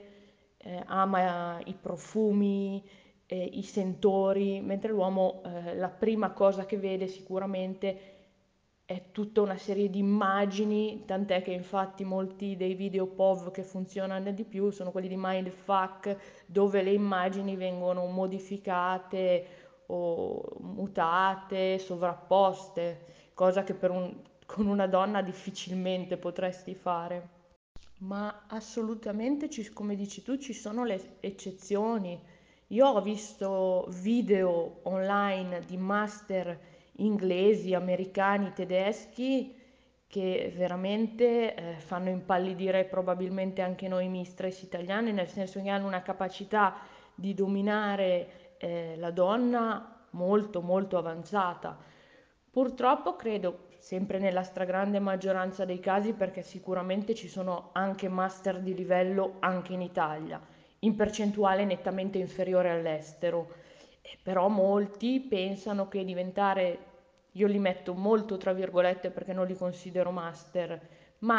ama i profumi, i sentori, mentre l'uomo la prima cosa che vede sicuramente è tutta una serie di immagini, tant'è che infatti molti dei video POV che funzionano di più sono quelli di Mindfuck, dove le immagini vengono modificate o mutate, sovrapposte, cosa che con una donna difficilmente potresti fare. Ma assolutamente, come dici tu, ci sono le eccezioni. Io ho visto video online di master inglesi, americani, tedeschi che veramente fanno impallidire probabilmente anche noi mistress italiane, nel senso che hanno una capacità di dominare la donna molto molto avanzata. Purtroppo credo, sempre nella stragrande maggioranza dei casi, perché sicuramente ci sono anche master di livello anche in Italia, in percentuale nettamente inferiore all'estero. Però molti pensano che diventare, io li metto molto tra virgolette perché non li considero master,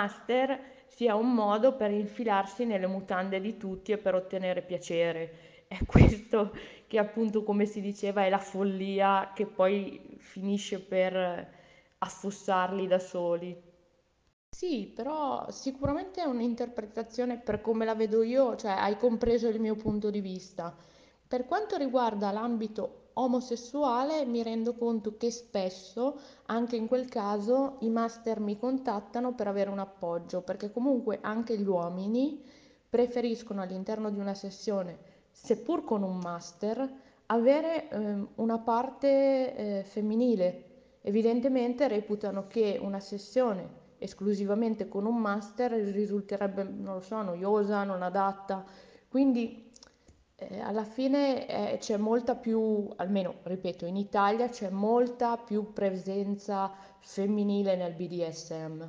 master sia un modo per infilarsi nelle mutande di tutti e per ottenere piacere. è questo che appunto, come si diceva, è la follia che poi finisce per affossarli da soli. Sì, però sicuramente è un'interpretazione per come la vedo io, cioè hai compreso il mio punto di vista. Per quanto riguarda l'ambito omosessuale, mi rendo conto che spesso, anche in quel caso, i master mi contattano per avere un appoggio, perché comunque anche gli uomini preferiscono all'interno di una sessione, seppur con un master, avere una parte femminile. Evidentemente reputano che una sessione esclusivamente con un master risulterebbe, non lo so, noiosa, non adatta. Quindi alla fine c'è molta più, almeno ripeto, in Italia c'è molta più presenza femminile nel BDSM.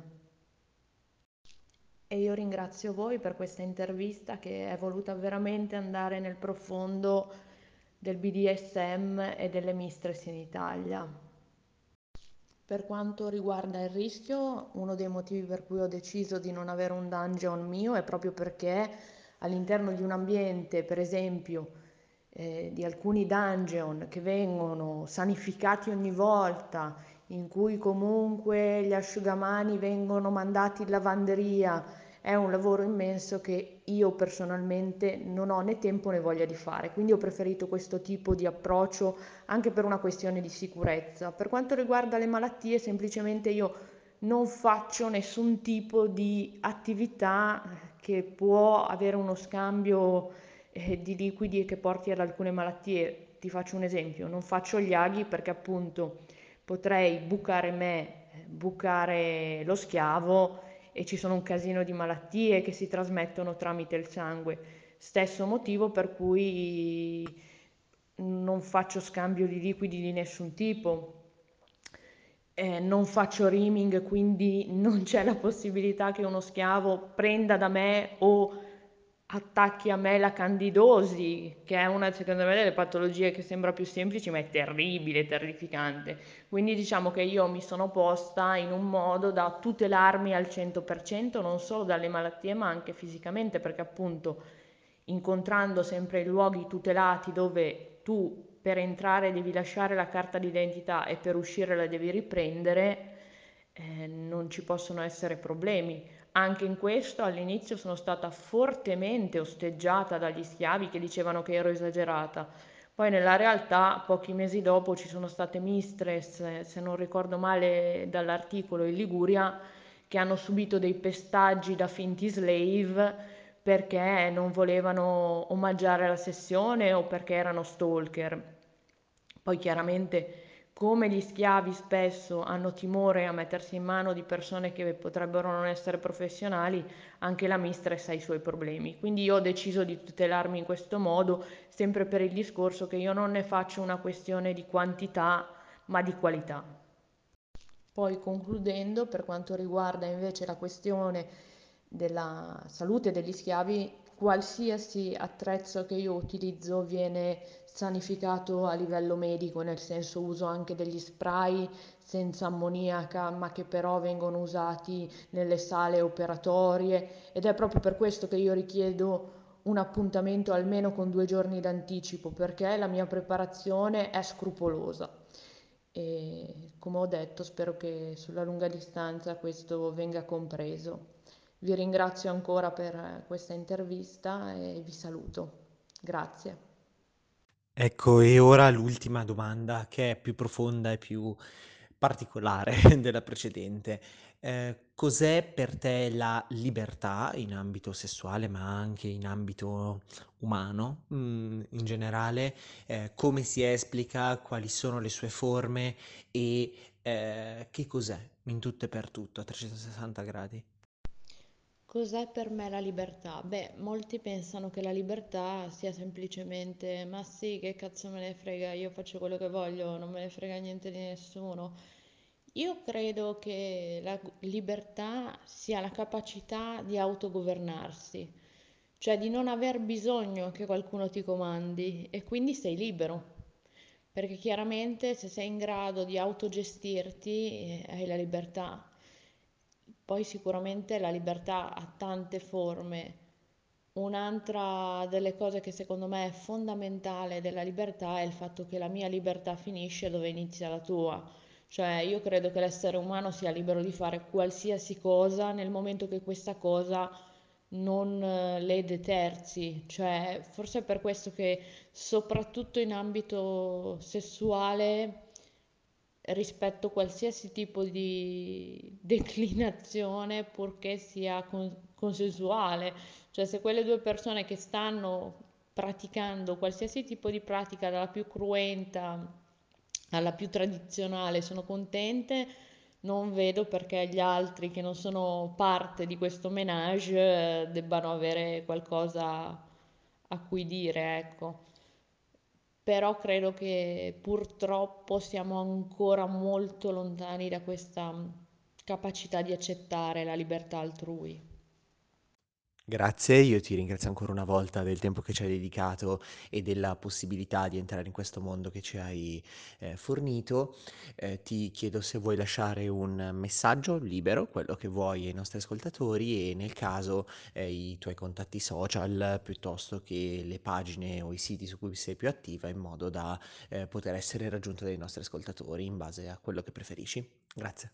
E io ringrazio voi per questa intervista che è voluta veramente andare nel profondo del BDSM e delle mistress in Italia. Per quanto riguarda il rischio, uno dei motivi per cui ho deciso di non avere un dungeon mio è proprio perché all'interno di un ambiente, per esempio, di alcuni dungeon che vengono sanificati ogni volta, in cui comunque gli asciugamani vengono mandati in lavanderia, è un lavoro immenso che io personalmente non ho né tempo né voglia di fare. Quindi ho preferito questo tipo di approccio anche per una questione di sicurezza. Per quanto riguarda le malattie, semplicemente io non faccio nessun tipo di attività che può avere uno scambio di liquidi e che porti ad alcune malattie. Ti faccio un esempio, non faccio gli aghi perché appunto potrei bucare me, bucare lo schiavo e ci sono un casino di malattie che si trasmettono tramite il sangue. Stesso motivo per cui non faccio scambio di liquidi di nessun tipo. Non faccio reaming, quindi non c'è la possibilità che uno schiavo prenda da me o attacchi a me la candidosi, che è una, secondo me, delle patologie che sembra più semplici, ma è terribile, terrificante. Quindi diciamo che io mi sono posta in un modo da tutelarmi al 100%, non solo dalle malattie, ma anche fisicamente, perché appunto incontrando sempre i luoghi tutelati dove tu per entrare devi lasciare la carta d'identità e per uscire la devi riprendere, non ci possono essere problemi. Anche in questo all'inizio sono stata fortemente osteggiata dagli schiavi che dicevano che ero esagerata. Poi nella realtà, pochi mesi dopo, ci sono state mistress, se non ricordo male dall'articolo in Liguria, che hanno subito dei pestaggi da finti slave perché non volevano omaggiare la sessione o perché erano stalker. Poi chiaramente, come gli schiavi spesso hanno timore a mettersi in mano di persone che potrebbero non essere professionali, anche la mistress ha i suoi problemi. Quindi io ho deciso di tutelarmi in questo modo, sempre per il discorso che io non ne faccio una questione di quantità, ma di qualità. Poi concludendo, per quanto riguarda invece la questione della salute degli schiavi, qualsiasi attrezzo che io utilizzo viene sanificato a livello medico, nel senso uso anche degli spray senza ammoniaca, ma che però vengono usati nelle sale operatorie ed è proprio per questo che io richiedo un appuntamento almeno con 2 giorni d'anticipo, perché la mia preparazione è scrupolosa. E come ho detto, spero che sulla lunga distanza questo venga compreso. Vi ringrazio ancora per questa intervista e vi saluto. Grazie. Ecco, e ora l'ultima domanda che è più profonda e più particolare della precedente. Cos'è per te la libertà in ambito sessuale, ma anche in ambito umano, in generale? Come si esplica? Quali sono le sue forme? E che cos'è in tutto e per tutto a 360 gradi? Cos'è per me la libertà? Beh, molti pensano che la libertà sia semplicemente, ma sì, che cazzo me ne frega, io faccio quello che voglio, non me ne frega niente di nessuno. Io credo che la libertà sia la capacità di autogovernarsi, cioè di non aver bisogno che qualcuno ti comandi e quindi sei libero. Perché chiaramente se sei in grado di autogestirti, hai la libertà. Poi sicuramente la libertà ha tante forme, Un'altra delle cose che secondo me è fondamentale della libertà è il fatto che la mia libertà finisce dove inizia la tua. Cioè, io credo che l'essere umano sia libero di fare qualsiasi cosa nel momento che questa cosa non lede terzi. Cioè, forse è per questo che soprattutto in ambito sessuale rispetto a qualsiasi tipo di declinazione, purché sia consensuale. Cioè, se quelle due persone che stanno praticando qualsiasi tipo di pratica, dalla più cruenta alla più tradizionale, sono contente, non vedo perché gli altri che non sono parte di questo menage debbano avere qualcosa a cui dire, ecco. Però credo che purtroppo siamo ancora molto lontani da questa capacità di accettare la libertà altrui. Grazie, io ti ringrazio ancora una volta del tempo che ci hai dedicato e della possibilità di entrare in questo mondo che ci hai fornito. Ti chiedo se vuoi lasciare un messaggio libero, quello che vuoi ai nostri ascoltatori e nel caso i tuoi contatti social piuttosto che le pagine o i siti su cui sei più attiva in modo da poter essere raggiunto dai nostri ascoltatori in base a quello che preferisci. Grazie.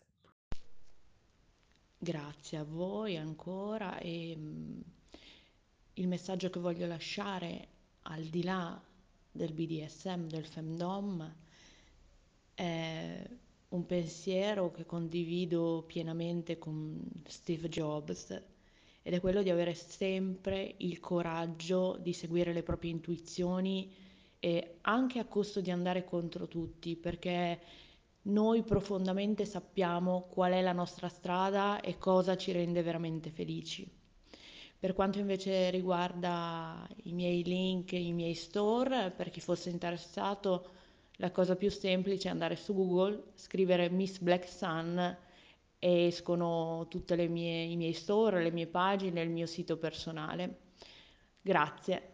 Grazie a voi ancora e il messaggio che voglio lasciare al di là del BDSM, del femdom, è un pensiero che condivido pienamente con Steve Jobs ed è quello di avere sempre il coraggio di seguire le proprie intuizioni e anche a costo di andare contro tutti, perché noi profondamente sappiamo qual è la nostra strada e cosa ci rende veramente felici. Per quanto invece riguarda i miei link, i miei store, per chi fosse interessato, la cosa più semplice è andare su Google, scrivere Miss Black Sun e escono tutte i miei store, le mie pagine, il mio sito personale. Grazie.